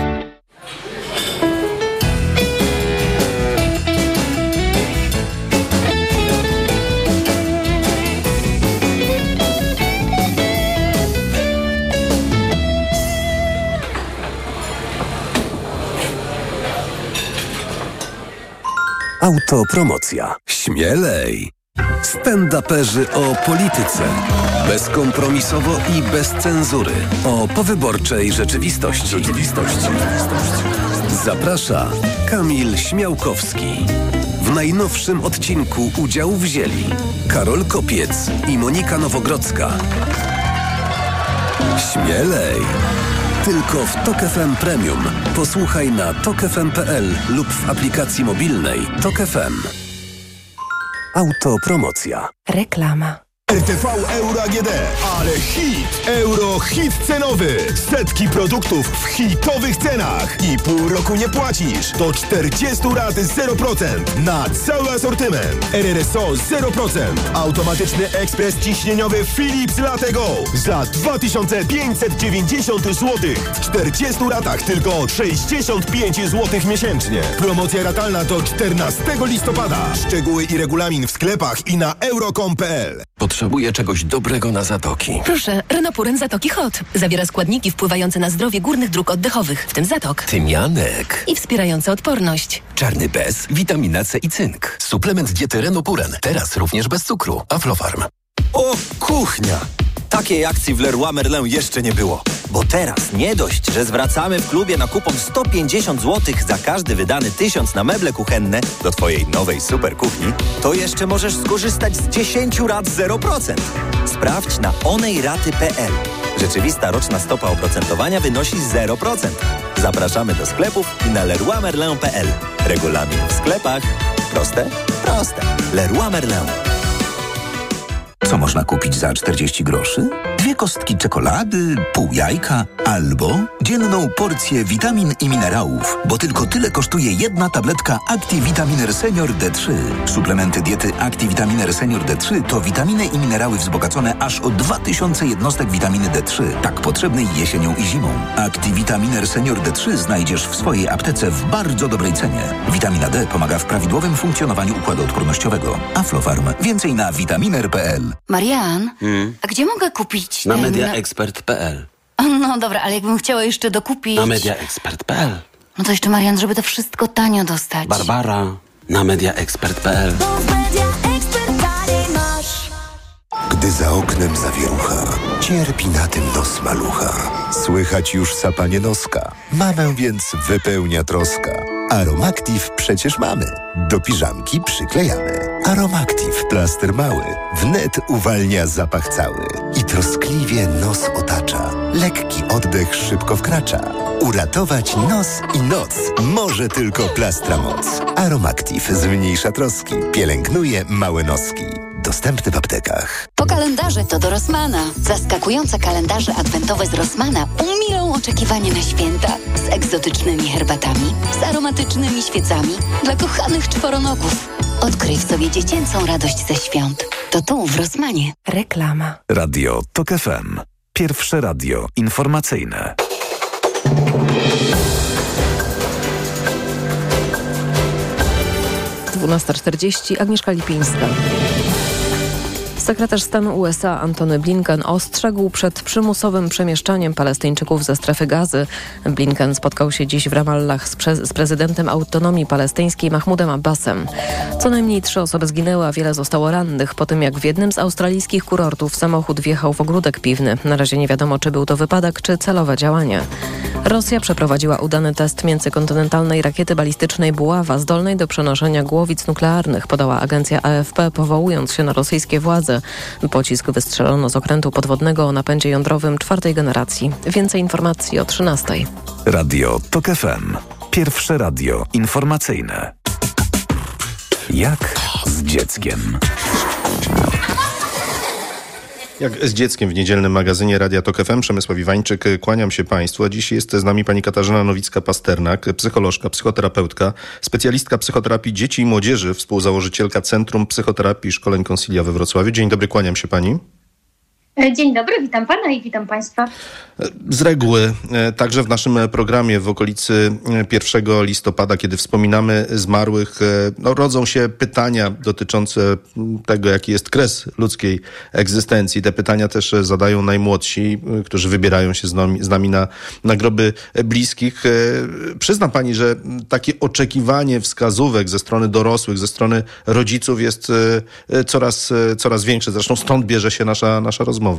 Autopromocja. Śmielej. Stand-uperzy o polityce. Bezkompromisowo i bez cenzury. O powyborczej rzeczywistości. rzeczywistości. Zaprasza Kamil Śmiałkowski. W najnowszym odcinku udział wzięli Karol Kopiec i Monika Nowogrodzka. Śmielej. Tylko w Tok F M Premium. Posłuchaj na tok f m kropka p l lub w aplikacji mobilnej Tok F M. Autopromocja. Reklama. R T V Euro A G D, ale hit! Euro hit cenowy! Setki produktów w hitowych cenach i pół roku nie płacisz. Do czterdzieści rat zero procent na cały asortyment. R R S O zero procent. Automatyczny ekspres ciśnieniowy Philips Latte Go za dwa tysiące pięćset dziewięćdziesiąt złotych. W czterdziestu ratach tylko sześćdziesiąt pięć złotych miesięcznie. Promocja ratalna do czternastego listopada. Szczegóły i regulamin w sklepach i na euro kropka com kropka p l. Potrzebuję czegoś dobrego na zatoki. Proszę, Renopuren Zatoki Hot. Zawiera składniki wpływające na zdrowie górnych dróg oddechowych, w tym zatok. Tymianek. I wspierające odporność. Czarny bez, witamina C i cynk. Suplement diety Renopuren. Teraz również bez cukru. Aflofarm. O, kuchnia! Takiej akcji w Leroy Merlin jeszcze nie było. Bo teraz nie dość, że zwracamy w klubie na kupon sto pięćdziesiąt złotych za każdy wydany tysiąc na meble kuchenne do twojej nowej super kuchni, to jeszcze możesz skorzystać z dziesięciu rat zero procent. Sprawdź na onejraty kropka p l. Rzeczywista roczna stopa oprocentowania wynosi zero procent. Zapraszamy do sklepów i na leroy merlin kropka p l. Regulamin w sklepach. Proste? Proste. Leroy Merlin. Co można kupić za czterdzieści groszy? Dwie dwie kostki czekolady, pół jajka albo dzienną porcję witamin i minerałów, bo tylko tyle kosztuje jedna tabletka ActiVitaminer Senior D trzy. Suplementy diety ActiVitaminer Senior D trzy to witaminy i minerały wzbogacone aż o dwa tysiące jednostek witaminy D trzy, tak potrzebnej jesienią i zimą. ActiVitaminer Senior D trzy znajdziesz w swojej aptece w bardzo dobrej cenie. Witamina D pomaga w prawidłowym funkcjonowaniu układu odpornościowego. Aflofarm. Więcej na vitaminer kropka p l. Marian, Hmm? a gdzie mogę kupić Na ten... mediaexpert kropka p l. No dobra, ale jakbym chciała jeszcze dokupić... Na mediaexpert kropka p l. No to jeszcze, Marian, żeby to wszystko tanio dostać. Barbara, na mediaexpert kropka p l. Gdy za oknem zawierucha, cierpi na tym nos malucha. Słychać już sapanie noska. Mamę więc wypełnia troska. Aromactive przecież mamy. Do piżamki przyklejamy. Aromactive, plaster mały, wnet uwalnia zapach cały. I troskliwie nos otacza. Lekki oddech szybko wkracza. Uratować nos i noc może tylko plastra moc. Aromactive zmniejsza troski, pielęgnuje małe noski. Dostępny w aptekach. Po kalendarze to do Rossmana. Zaskakujące kalendarze adwentowe z Rossmana umilą oczekiwanie na święta. Z egzotycznymi herbatami, z aromatycznymi świecami. Dla kochanych czworonogów. Odkryj w sobie dziecięcą radość ze świąt. To tu, w Rossmanie. Reklama. Radio TOK F M. Pierwsze radio informacyjne. dwunasta czterdzieści. Agnieszka Lipińska. Sekretarz stanu U S A Antony Blinken ostrzegł przed przymusowym przemieszczaniem Palestyńczyków ze strefy Gazy. Blinken spotkał się dziś w Ramallah z, prze- z prezydentem autonomii palestyńskiej Mahmoudem Abbasem. Co najmniej trzy osoby zginęły, a wiele zostało rannych po tym, jak w jednym z australijskich kurortów samochód wjechał w ogródek piwny. Na razie nie wiadomo, czy był to wypadek, czy celowe działanie. Rosja przeprowadziła udany test międzykontynentalnej rakiety balistycznej Buława, zdolnej do przenoszenia głowic nuklearnych, podała agencja A F P, powołując się na rosyjskie władze. Pocisk wystrzelono z okrętu podwodnego o napędzie jądrowym czwartej generacji. Więcej informacji o trzynastej. Radio TOK F M. Pierwsze radio informacyjne. Jak z dzieckiem? Jak z dzieckiem w niedzielnym magazynie Radia TOK F M. Przemysław Iwańczyk, kłaniam się Państwu. A dziś jest z nami pani Katarzyna Nowicka-Pasternak, psycholożka, psychoterapeutka, specjalistka psychoterapii dzieci i młodzieży, współzałożycielka Centrum Psychoterapii i Szkoleń Consilia we Wrocławiu. Dzień dobry, kłaniam się pani. Dzień dobry, witam pana i witam państwa. Z reguły, także w naszym programie w okolicy pierwszego listopada, kiedy wspominamy zmarłych, no, rodzą się pytania dotyczące tego, jaki jest kres ludzkiej egzystencji. Te pytania też zadają najmłodsi, którzy wybierają się z nami, z nami na, na groby bliskich. Przyzna pani, że takie oczekiwanie wskazówek ze strony dorosłych, ze strony rodziców jest coraz, coraz większe. Zresztą stąd bierze się nasza, nasza rozmowa.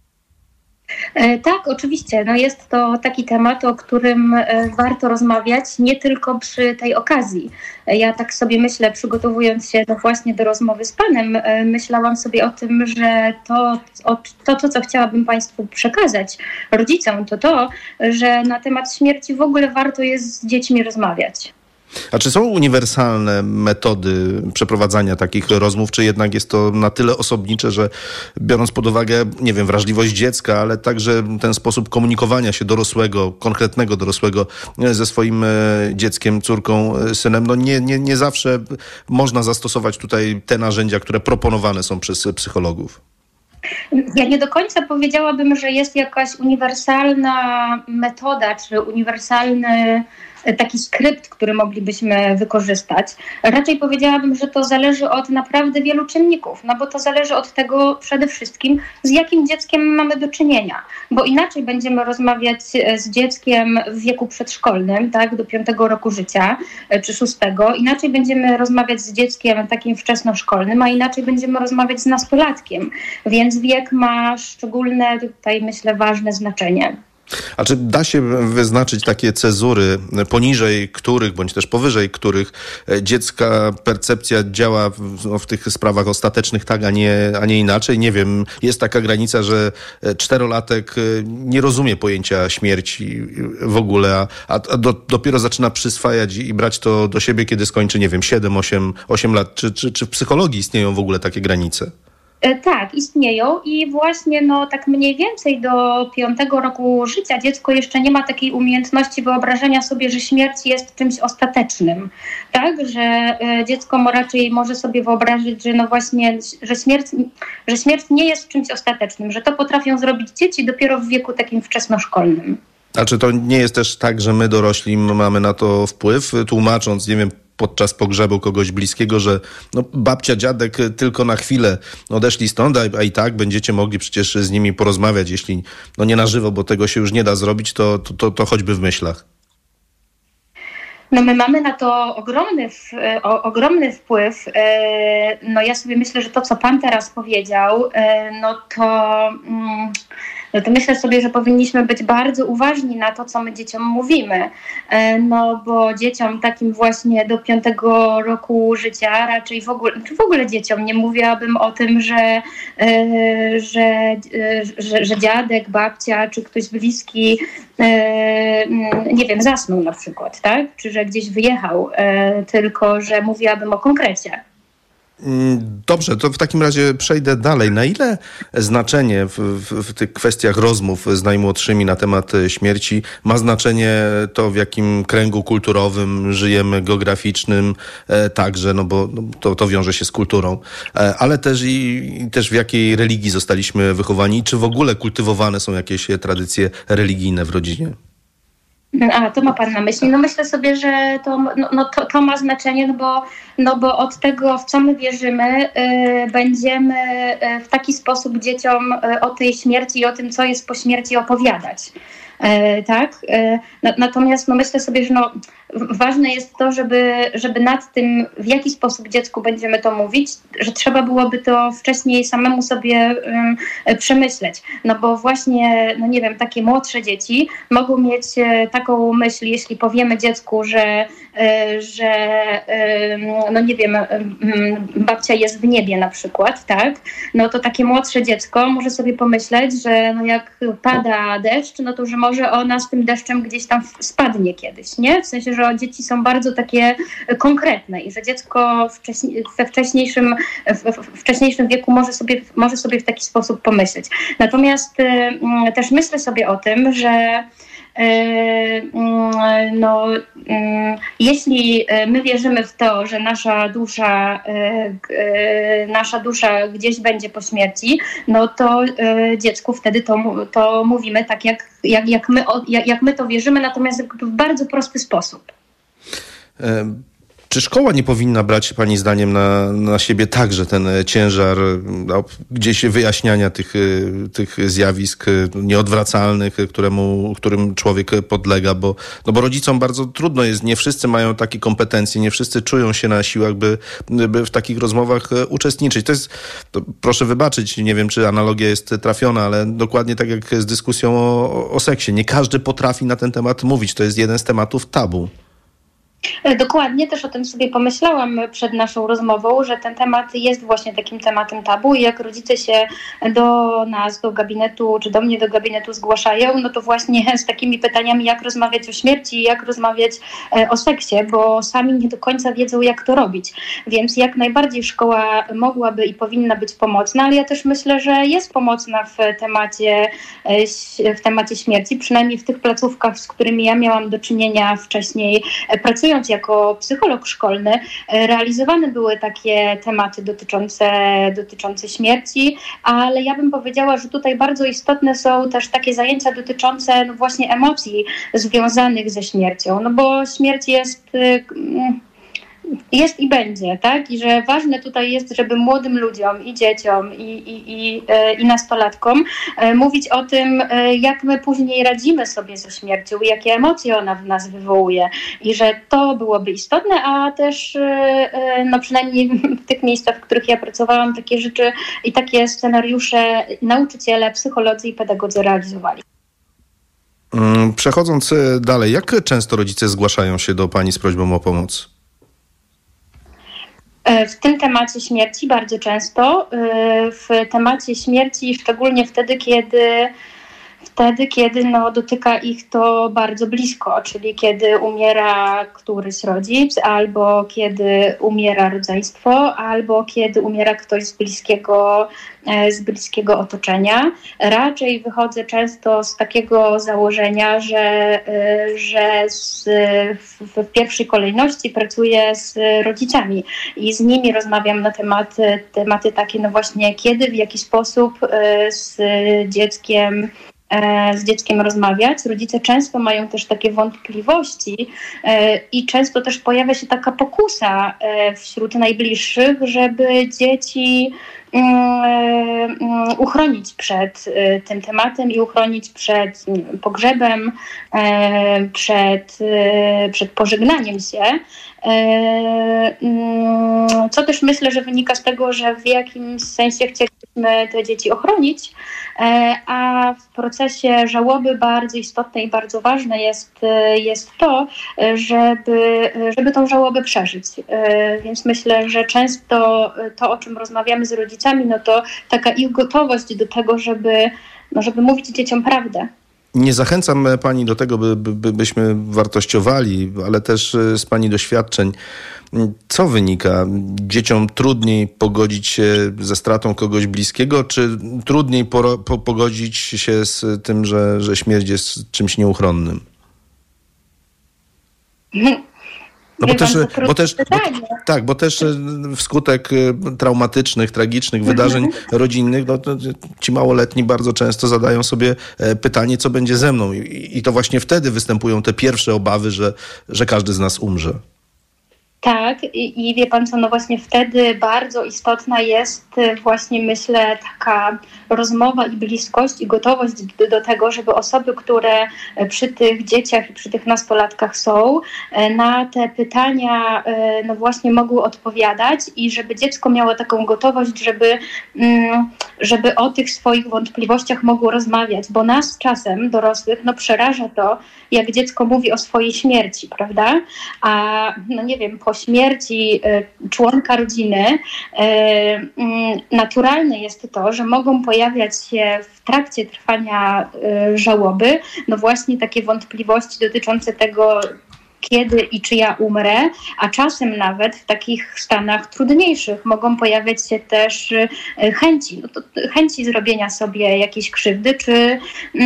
Tak, oczywiście. No jest to taki temat, o którym warto rozmawiać nie tylko przy tej okazji. Ja tak sobie myślę, przygotowując się no właśnie do rozmowy z panem, myślałam sobie o tym, że to, to, to, co chciałabym państwu przekazać, rodzicom, to to, że na temat śmierci w ogóle warto jest z dziećmi rozmawiać. A czy są uniwersalne metody przeprowadzania takich rozmów, czy jednak jest to na tyle osobnicze, że biorąc pod uwagę, nie wiem, wrażliwość dziecka, ale także ten sposób komunikowania się dorosłego, konkretnego dorosłego ze swoim dzieckiem, córką, synem, no nie, nie, nie zawsze można zastosować tutaj te narzędzia, które proponowane są przez psychologów? Ja nie do końca powiedziałabym, że jest jakaś uniwersalna metoda, czy uniwersalny taki skrypt, który moglibyśmy wykorzystać. Raczej powiedziałabym, że to zależy od naprawdę wielu czynników, no bo to zależy od tego przede wszystkim, z jakim dzieckiem mamy do czynienia, bo inaczej będziemy rozmawiać z dzieckiem w wieku przedszkolnym, tak, do piątego roku życia, czy szóstego, inaczej będziemy rozmawiać z dzieckiem takim wczesnoszkolnym, a inaczej będziemy rozmawiać z nastolatkiem, więc wiek ma szczególne, tutaj myślę, ważne znaczenie. A czy da się wyznaczyć takie cezury, poniżej których, bądź też powyżej których dziecka percepcja działa w, w tych sprawach ostatecznych tak, a nie, a nie inaczej? Nie wiem, jest taka granica, że czterolatek nie rozumie pojęcia śmierci w ogóle, a, a do, dopiero zaczyna przyswajać i brać to do siebie, kiedy skończy, nie wiem, siedem, osiem, osiem lat. Czy, czy, czy w psychologii istnieją w ogóle takie granice? Tak, istnieją i właśnie no, tak mniej więcej do piątego roku życia dziecko jeszcze nie ma takiej umiejętności wyobrażenia sobie, że śmierć jest czymś ostatecznym, tak? Że dziecko raczej może sobie wyobrazić, że no właśnie, że śmierć, że śmierć nie jest czymś ostatecznym, że to potrafią zrobić dzieci dopiero w wieku takim wczesnoszkolnym. A czy to nie jest też tak, że my dorośli mamy na to wpływ, tłumacząc, nie wiem, podczas pogrzebu kogoś bliskiego, że no, babcia, dziadek tylko na chwilę odeszli stąd, a, a i tak będziecie mogli przecież z nimi porozmawiać, jeśli no nie na żywo, bo tego się już nie da zrobić, to, to, to, to choćby w myślach. No my mamy na to ogromny, o, ogromny wpływ. No ja sobie myślę, że to, co pan teraz powiedział, no to... Mm, no to myślę sobie, że powinniśmy być bardzo uważni na to, co my dzieciom mówimy. No bo dzieciom takim właśnie do piątego roku życia, raczej w ogóle, w ogóle dzieciom nie mówiłabym o tym, że, że, że, że dziadek, babcia czy ktoś bliski, nie wiem, zasnął na przykład, tak? Czy że gdzieś wyjechał, tylko że mówiłabym o konkrecie. Dobrze, to w takim razie przejdę dalej. Na ile znaczenie w, w, w tych kwestiach rozmów z najmłodszymi na temat śmierci ma znaczenie to, w jakim kręgu kulturowym żyjemy, geograficznym e, także, no bo no, to, to wiąże się z kulturą, e, ale też i, i też w jakiej religii zostaliśmy wychowani, czy w ogóle kultywowane są jakieś tradycje religijne w rodzinie? A, to ma pan na myśli. No myślę sobie, że to, no, no to, to ma znaczenie, no bo, no bo od tego, w co my wierzymy, y, będziemy y, w taki sposób dzieciom y, o tej śmierci i o tym, co jest po śmierci, opowiadać. E, tak? E, na, natomiast no myślę sobie, że no, ważne jest to, żeby, żeby nad tym, w jaki sposób dziecku będziemy to mówić, że trzeba byłoby to wcześniej samemu sobie um, przemyśleć. No bo właśnie, no nie wiem, takie młodsze dzieci mogą mieć e, taką myśl, jeśli powiemy dziecku, że, e, że e, no nie wiem, e, babcia jest w niebie na przykład, tak? No to takie młodsze dziecko może sobie pomyśleć, że no jak pada deszcz, no to że może ona z tym deszczem gdzieś tam spadnie kiedyś, nie? W sensie, że dzieci są bardzo takie konkretne i że dziecko wcześniej, we wcześniejszym, w wcześniejszym wieku może sobie, może sobie w taki sposób pomyśleć. Natomiast y, też myślę sobie o tym, że no, jeśli my wierzymy w to, że nasza dusza, nasza dusza gdzieś będzie po śmierci, no to dziecku wtedy to, to mówimy tak, jak, jak, jak, my, jak, jak my to wierzymy, natomiast w bardzo prosty sposób. Czy szkoła nie powinna brać pani zdaniem na, na siebie także ten ciężar no, gdzieś wyjaśniania tych, tych zjawisk nieodwracalnych, któremu, którym człowiek podlega, bo, no bo rodzicom bardzo trudno jest, nie wszyscy mają takie kompetencje, nie wszyscy czują się na siłach, by, by w takich rozmowach uczestniczyć. To jest, to proszę wybaczyć, nie wiem, czy analogia jest trafiona, ale dokładnie tak jak z dyskusją o, o seksie. Nie każdy potrafi na ten temat mówić. To jest jeden z tematów tabu. Dokładnie, też o tym sobie pomyślałam przed naszą rozmową, że ten temat jest właśnie takim tematem tabu i jak rodzice się do nas, do gabinetu, czy do mnie do gabinetu zgłaszają, no to właśnie z takimi pytaniami, jak rozmawiać o śmierci, jak rozmawiać o seksie, bo sami nie do końca wiedzą, jak to robić. Więc jak najbardziej szkoła mogłaby i powinna być pomocna, ale ja też myślę, że jest pomocna w temacie, w temacie śmierci, przynajmniej w tych placówkach, z którymi ja miałam do czynienia wcześniej, pracując jako psycholog szkolny, realizowane były takie tematy dotyczące, dotyczące śmierci, ale ja bym powiedziała, że tutaj bardzo istotne są też takie zajęcia dotyczące no właśnie emocji związanych ze śmiercią, no bo śmierć jest... jest i będzie, tak? I że ważne tutaj jest, żeby młodym ludziom i dzieciom i, i, i, i nastolatkom mówić o tym, jak my później radzimy sobie ze śmiercią, jakie emocje ona w nas wywołuje i że to byłoby istotne, a też no przynajmniej w tych miejscach, w których ja pracowałam, takie rzeczy i takie scenariusze nauczyciele, psycholodzy i pedagodzy realizowali. Przechodząc dalej, jak często rodzice zgłaszają się do pani z prośbą o pomoc? W tym temacie śmierci bardzo często, w temacie śmierci szczególnie wtedy, kiedy wtedy, kiedy no, dotyka ich to bardzo blisko, czyli kiedy umiera któryś rodzic, albo kiedy umiera rodzeństwo, albo kiedy umiera ktoś z bliskiego, z bliskiego otoczenia. Raczej wychodzę często z takiego założenia, że, że z, w, w pierwszej kolejności pracuję z rodzicami i z nimi rozmawiam na tematy, tematy takie, no właśnie kiedy, w jaki sposób z dzieckiem z dzieckiem rozmawiać. Rodzice często mają też takie wątpliwości i często też pojawia się taka pokusa wśród najbliższych, żeby dzieci uchronić przed tym tematem i uchronić przed pogrzebem, przed, przed pożegnaniem się. Co też myślę, że wynika z tego, że w jakimś sensie chcieliśmy te dzieci ochronić, a w procesie żałoby bardzo istotne i bardzo ważne jest, jest to, żeby, żeby tą żałobę przeżyć. Więc myślę, że często to, o czym rozmawiamy z rodzicami, no to taka ich gotowość do tego, żeby, no żeby mówić dzieciom prawdę. Nie zachęcam pani do tego, by, by, byśmy wartościowali, ale też z pani doświadczeń. Co wynika? Dzieciom trudniej pogodzić się ze stratą kogoś bliskiego, czy trudniej po, po, pogodzić się z tym, że, że śmierć jest czymś nieuchronnym? No bo też, bo też, bo, tak, bo też wskutek traumatycznych, tragicznych wydarzeń rodzinnych, no, to ci małoletni bardzo często zadają sobie pytanie, co będzie ze mną. I, i to właśnie wtedy występują te pierwsze obawy, że, że każdy z nas umrze. Tak, i, i wie pan co, no właśnie wtedy bardzo istotna jest właśnie, myślę, taka rozmowa i bliskość i gotowość do, do tego, żeby osoby, które przy tych dzieciach i przy tych nastolatkach są, na te pytania no właśnie mogły odpowiadać i żeby dziecko miało taką gotowość, żeby, żeby o tych swoich wątpliwościach mogło rozmawiać, bo nas czasem, dorosłych, no przeraża to, jak dziecko mówi o swojej śmierci, prawda? A no nie wiem, po śmierci y, członka rodziny y, y, naturalne jest to, że mogą pojawiać się w trakcie trwania y, żałoby no właśnie takie wątpliwości dotyczące tego, kiedy i czy ja umrę, a czasem nawet w takich stanach trudniejszych mogą pojawiać się też chęci, no to chęci zrobienia sobie jakiejś krzywdy, czy,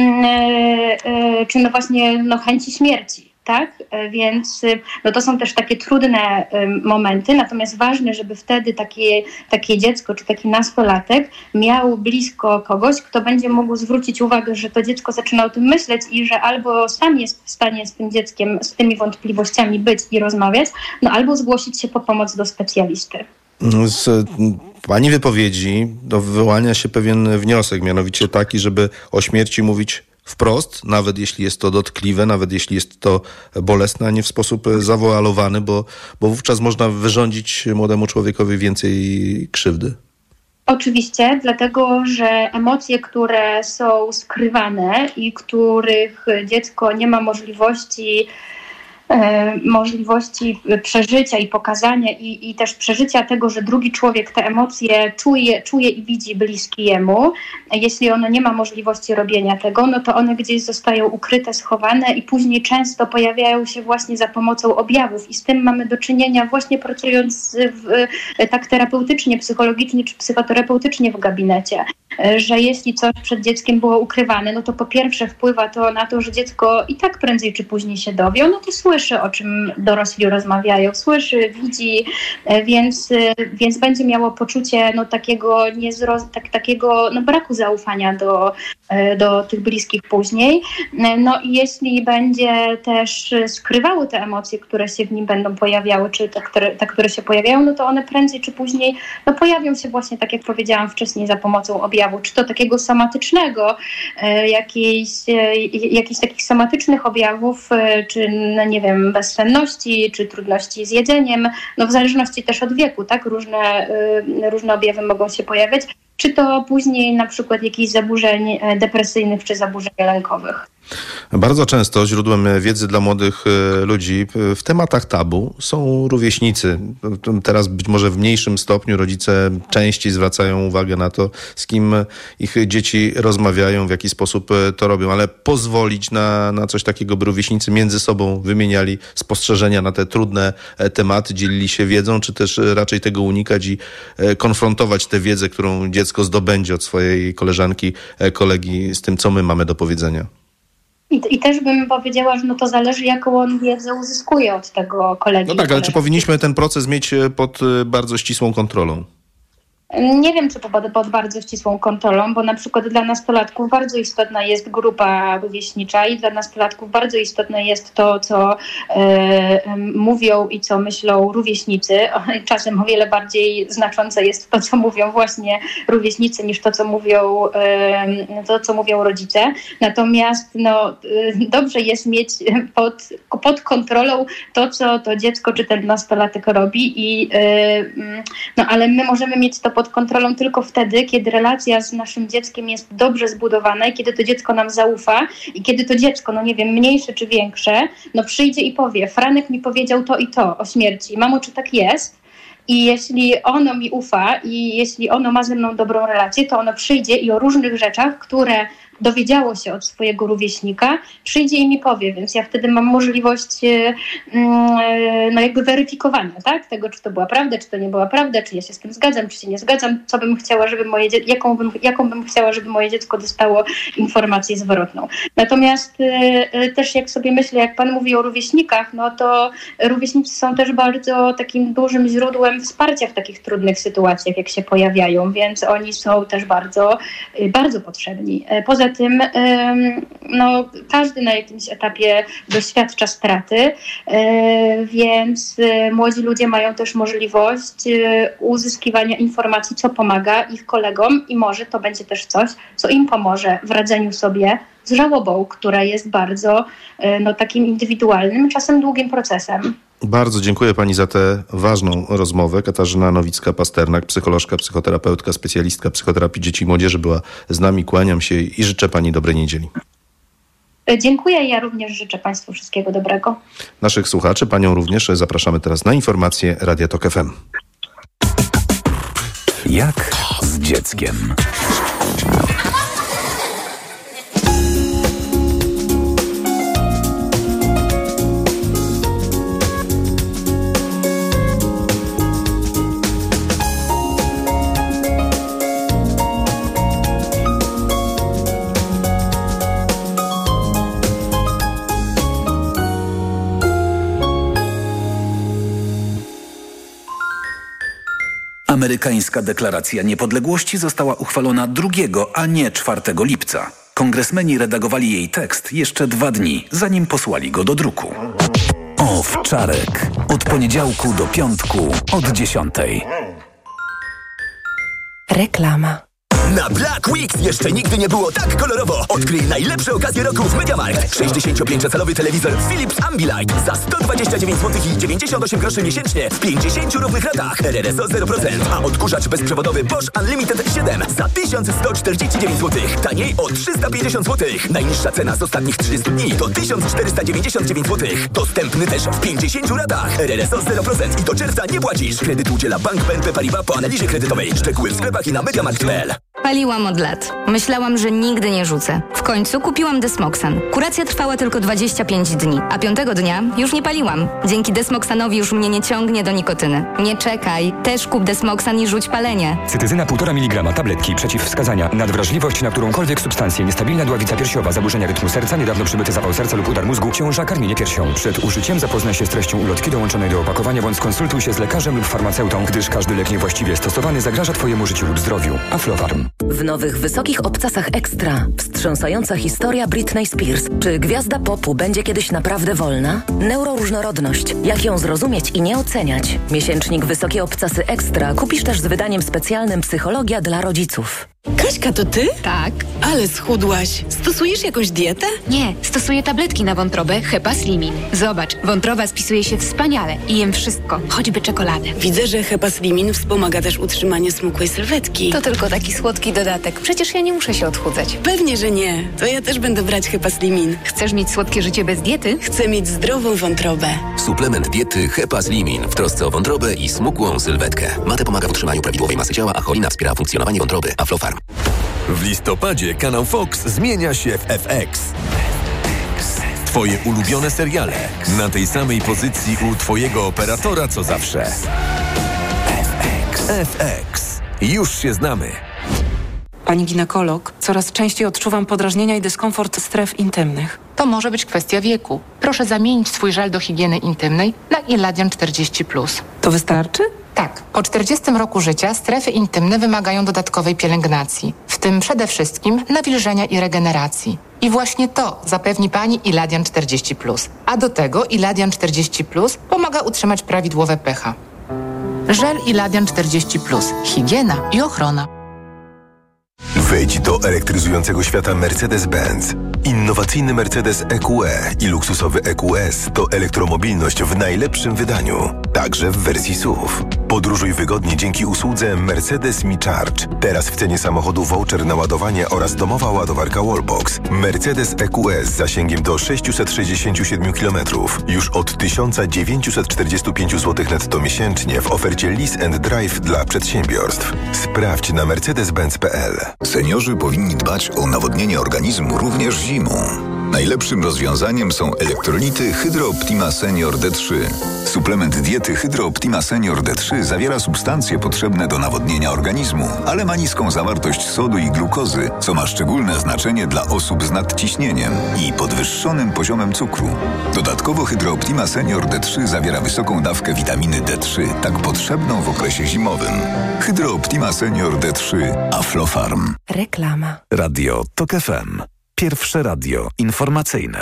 czy no właśnie no chęci śmierci. Tak, więc no to są też takie trudne momenty, natomiast ważne, żeby wtedy takie, takie dziecko czy taki nastolatek miał blisko kogoś, kto będzie mógł zwrócić uwagę, że to dziecko zaczyna o tym myśleć i że albo sam jest w stanie z tym dzieckiem, z tymi wątpliwościami być i rozmawiać, no albo zgłosić się po pomoc do specjalisty. Z pani wypowiedzi no, wyłania się pewien wniosek, mianowicie taki, żeby o śmierci mówić wprost, nawet jeśli jest to dotkliwe, nawet jeśli jest to bolesne, a nie w sposób zawoalowany, bo, bo wówczas można wyrządzić młodemu człowiekowi więcej krzywdy. Oczywiście, dlatego że emocje, które są skrywane i których dziecko nie ma możliwości możliwości przeżycia i pokazania i, i też przeżycia tego, że drugi człowiek te emocje czuje, czuje i widzi bliski jemu. Jeśli ono nie ma możliwości robienia tego, no to one gdzieś zostają ukryte, schowane i później często pojawiają się właśnie za pomocą objawów i z tym mamy do czynienia właśnie pracując w, tak terapeutycznie, psychologicznie czy psychoterapeutycznie w gabinecie. Że jeśli coś przed dzieckiem było ukrywane, no to po pierwsze wpływa to na to, że dziecko i tak prędzej czy później się dowie, no to słyszy, o czym dorośli rozmawiają, słyszy, widzi, więc, więc będzie miało poczucie no, takiego, niezro, tak, takiego no, braku zaufania do, do tych bliskich później. No i jeśli będzie też skrywało te emocje, które się w nim będą pojawiały, czy te, które, te, które się pojawiają, no to one prędzej czy później no, pojawią się właśnie, tak jak powiedziałam wcześniej, za pomocą objawu, czy to takiego somatycznego, jakiejś, jakichś takich somatycznych objawów, czy no nie wiem, bezsenności, czy trudności z jedzeniem, no w zależności też od wieku, tak, różne, różne objawy mogą się pojawiać, czy to później na przykład jakichś zaburzeń depresyjnych, czy zaburzeń lękowych. Bardzo często źródłem wiedzy dla młodych ludzi w tematach tabu są rówieśnicy. Teraz być może w mniejszym stopniu rodzice częściej zwracają uwagę na to, z kim ich dzieci rozmawiają, w jaki sposób to robią, ale pozwolić na, na coś takiego, by rówieśnicy między sobą wymieniali spostrzeżenia na te trudne tematy, dzielili się wiedzą, czy też raczej tego unikać i konfrontować tę wiedzę, którą dziecko zdobędzie od swojej koleżanki, kolegi z tym, co my mamy do powiedzenia. I, I też bym powiedziała, że no to zależy, jaką on wiedzę uzyskuje od tego kolegi. No tak, ale czy powinniśmy ten proces mieć pod bardzo ścisłą kontrolą? Nie wiem, czy pod, pod bardzo ścisłą kontrolą, bo na przykład dla nastolatków bardzo istotna jest grupa rówieśnicza i dla nastolatków bardzo istotne jest to, co e, mówią i co myślą rówieśnicy. Czasem o wiele bardziej znaczące jest to, co mówią właśnie rówieśnicy, niż to, co mówią, e, to, co mówią rodzice. Natomiast no, e, dobrze jest mieć pod, pod kontrolą to, co to dziecko czy ten nastolatek robi, i, e, no, ale my możemy mieć to pod pod kontrolą tylko wtedy, kiedy relacja z naszym dzieckiem jest dobrze zbudowana i kiedy to dziecko nam zaufa i kiedy to dziecko, no nie wiem, mniejsze czy większe, no przyjdzie i powie: Franek mi powiedział to i to o śmierci. Mamo, czy tak jest? I jeśli ono mi ufa i jeśli ono ma ze mną dobrą relację, to ono przyjdzie i o różnych rzeczach, które dowiedziało się od swojego rówieśnika, przyjdzie i mi powie, więc ja wtedy mam możliwość no jakby weryfikowania, tak? Tego, czy to była prawda, czy to nie była prawda, czy ja się z tym zgadzam, czy się nie zgadzam, co bym chciała, żeby moje dzie- jaką, bym, jaką bym chciała, żeby moje dziecko dostało informację zwrotną. Natomiast y, też jak sobie myślę, jak pan mówi o rówieśnikach, no to rówieśnicy są też bardzo takim dużym źródłem wsparcia w takich trudnych sytuacjach, jak się pojawiają, więc oni są też bardzo, y, bardzo potrzebni. Poza tym no, każdy na jakimś etapie doświadcza straty, więc młodzi ludzie mają też możliwość uzyskiwania informacji, co pomaga ich kolegom, i może to będzie też coś, co im pomoże w radzeniu sobie z żałobą, która jest bardzo no, takim indywidualnym, czasem długim procesem. Bardzo dziękuję pani za tę ważną rozmowę. Katarzyna Nowicka-Pasternak, psycholożka, psychoterapeutka, specjalistka psychoterapii dzieci i młodzieży była z nami. Kłaniam się i życzę pani dobrej niedzieli. Dziękuję. Ja również życzę państwu wszystkiego dobrego. Naszych słuchaczy, panią również, zapraszamy teraz na informacje Radia Tok F M. Jak z dzieckiem? Amerykańska deklaracja niepodległości została uchwalona drugiego, a nie czwartego lipca. Kongresmeni redagowali jej tekst jeszcze dwa dni, zanim posłali go do druku. Owczarek. Od poniedziałku do piątku od dziesiątej. Reklama. Na Black Weeks jeszcze nigdy nie było tak kolorowo. Odkryj najlepsze okazje roku w MediaMarkt. sześćdziesięciopięciocalowy telewizor Philips Ambilight za sto dwadzieścia dziewięć złotych i dziewięćdziesiąt osiem groszy miesięcznie w pięćdziesięciu równych ratach. R R S O zero procent. A odkurzacz bezprzewodowy Bosch Unlimited siedem za tysiąc sto czterdzieści dziewięć złotych. Taniej o trzysta pięćdziesiąt złotych. Najniższa cena z ostatnich trzydziestu dni to tysiąc czterysta dziewięćdziesiąt dziewięć złotych. Dostępny też w pięćdziesięciu ratach. R R S O zero procent i do czerwca nie płacisz. Kredyt udziela Bank B N P Paribas po analizie kredytowej. Szczegóły w sklepach i na mediamarkt kropka p l. Paliłam od lat. Myślałam, że nigdy nie rzucę. W końcu kupiłam Desmoxan. Kuracja trwała tylko dwadzieścia pięć dni, a piątego dnia już nie paliłam. Dzięki Desmoxanowi już mnie nie ciągnie do nikotyny. Nie czekaj, też kup Desmoxan i rzuć palenie. Cytyzyna półtora miligrama, tabletki, przeciwwskazania, nadwrażliwość na którąkolwiek substancję, niestabilna dławica piersiowa, zaburzenia rytmu serca, niedawno przybyty zapał serca lub udar mózgu, ciąża, karmienie piersią. Przed użyciem zapoznaj się z treścią ulotki dołączonej do opakowania bądź skonsultuj się z lekarzem lub farmaceutą, gdyż każdy lek niewłaściwie stosowany zagraża twojemu życiu lub zdrowiu. Aflofarm. W nowych wysokich obcasach Ekstra wstrząsająca historia Britney Spears. Czy gwiazda popu będzie kiedyś naprawdę wolna? Neuroróżnorodność. Jak ją zrozumieć i nie oceniać? Miesięcznik Wysokie Obcasy Ekstra kupisz też z wydaniem specjalnym Psychologia dla rodziców. Kaśka, to ty? Tak. Ale schudłaś. Stosujesz jakąś dietę? Nie, stosuję tabletki na wątrobę Hepaslimin. Zobacz, wątroba spisuje się wspaniale i jem wszystko, choćby czekoladę. Widzę, że Hepaslimin wspomaga też utrzymanie smukłej sylwetki. To tylko taki słodki dodatek. Przecież ja nie muszę się odchudzać. Pewnie, że nie. To ja też będę brać Hepaslimin. Chcesz mieć słodkie życie bez diety? Chcę mieć zdrową wątrobę. Suplement diety Hepaslimin w trosce o wątrobę i smukłą sylwetkę. Mate pomaga w utrzymaniu prawidłowej masy ciała, a cholina wspiera funkcjonowanie wątroby. Aflofarm. W listopadzie kanał Fox zmienia się w F X. Twoje ulubione seriale na tej samej pozycji u twojego operatora co zawsze. F X. Już się znamy. Pani ginekolog, coraz częściej odczuwam podrażnienia i dyskomfort stref intymnych. To może być kwestia wieku. Proszę zamienić swój żel do higieny intymnej na Iladian czterdzieści plus. To wystarczy? Tak. Po czterdziestym roku życia strefy intymne wymagają dodatkowej pielęgnacji, w tym przede wszystkim nawilżenia i regeneracji. I właśnie to zapewni Pani Iladian czterdzieści plus. A do tego Iladian czterdzieści plus pomaga utrzymać prawidłowe pH. Żel Iladian czterdzieści plus. Higiena i ochrona. Wejdź do elektryzującego świata Mercedes-Benz. Innowacyjny Mercedes E Q E i luksusowy E Q S to elektromobilność w najlepszym wydaniu, także w wersji S U V. Podróżuj wygodnie dzięki usłudze Mercedes Me Charge. Teraz w cenie samochodu voucher na ładowanie oraz domowa ładowarka Wallbox. Mercedes E Q S z zasięgiem do sześćset sześćdziesiąt siedem kilometrów. Już od tysiąc dziewięćset czterdzieści pięć złotych netto miesięcznie w ofercie Lease and Drive dla przedsiębiorstw. Sprawdź na mercedes benz kropka p l. Seniorzy powinni dbać o nawodnienie organizmu również zimą. Najlepszym rozwiązaniem są elektrolity Hydro Optima Senior D trzy. Suplement diety Hydro Optima Senior D trzy zawiera substancje potrzebne do nawodnienia organizmu, ale ma niską zawartość sodu i glukozy, co ma szczególne znaczenie dla osób z nadciśnieniem i podwyższonym poziomem cukru. Dodatkowo Hydro Optima Senior D trzy zawiera wysoką dawkę witaminy D trzy, tak potrzebną w okresie zimowym. Hydro Optima Senior D trzy Aflofarm. Reklama. Radio TOK F M. Pierwsze radio informacyjne.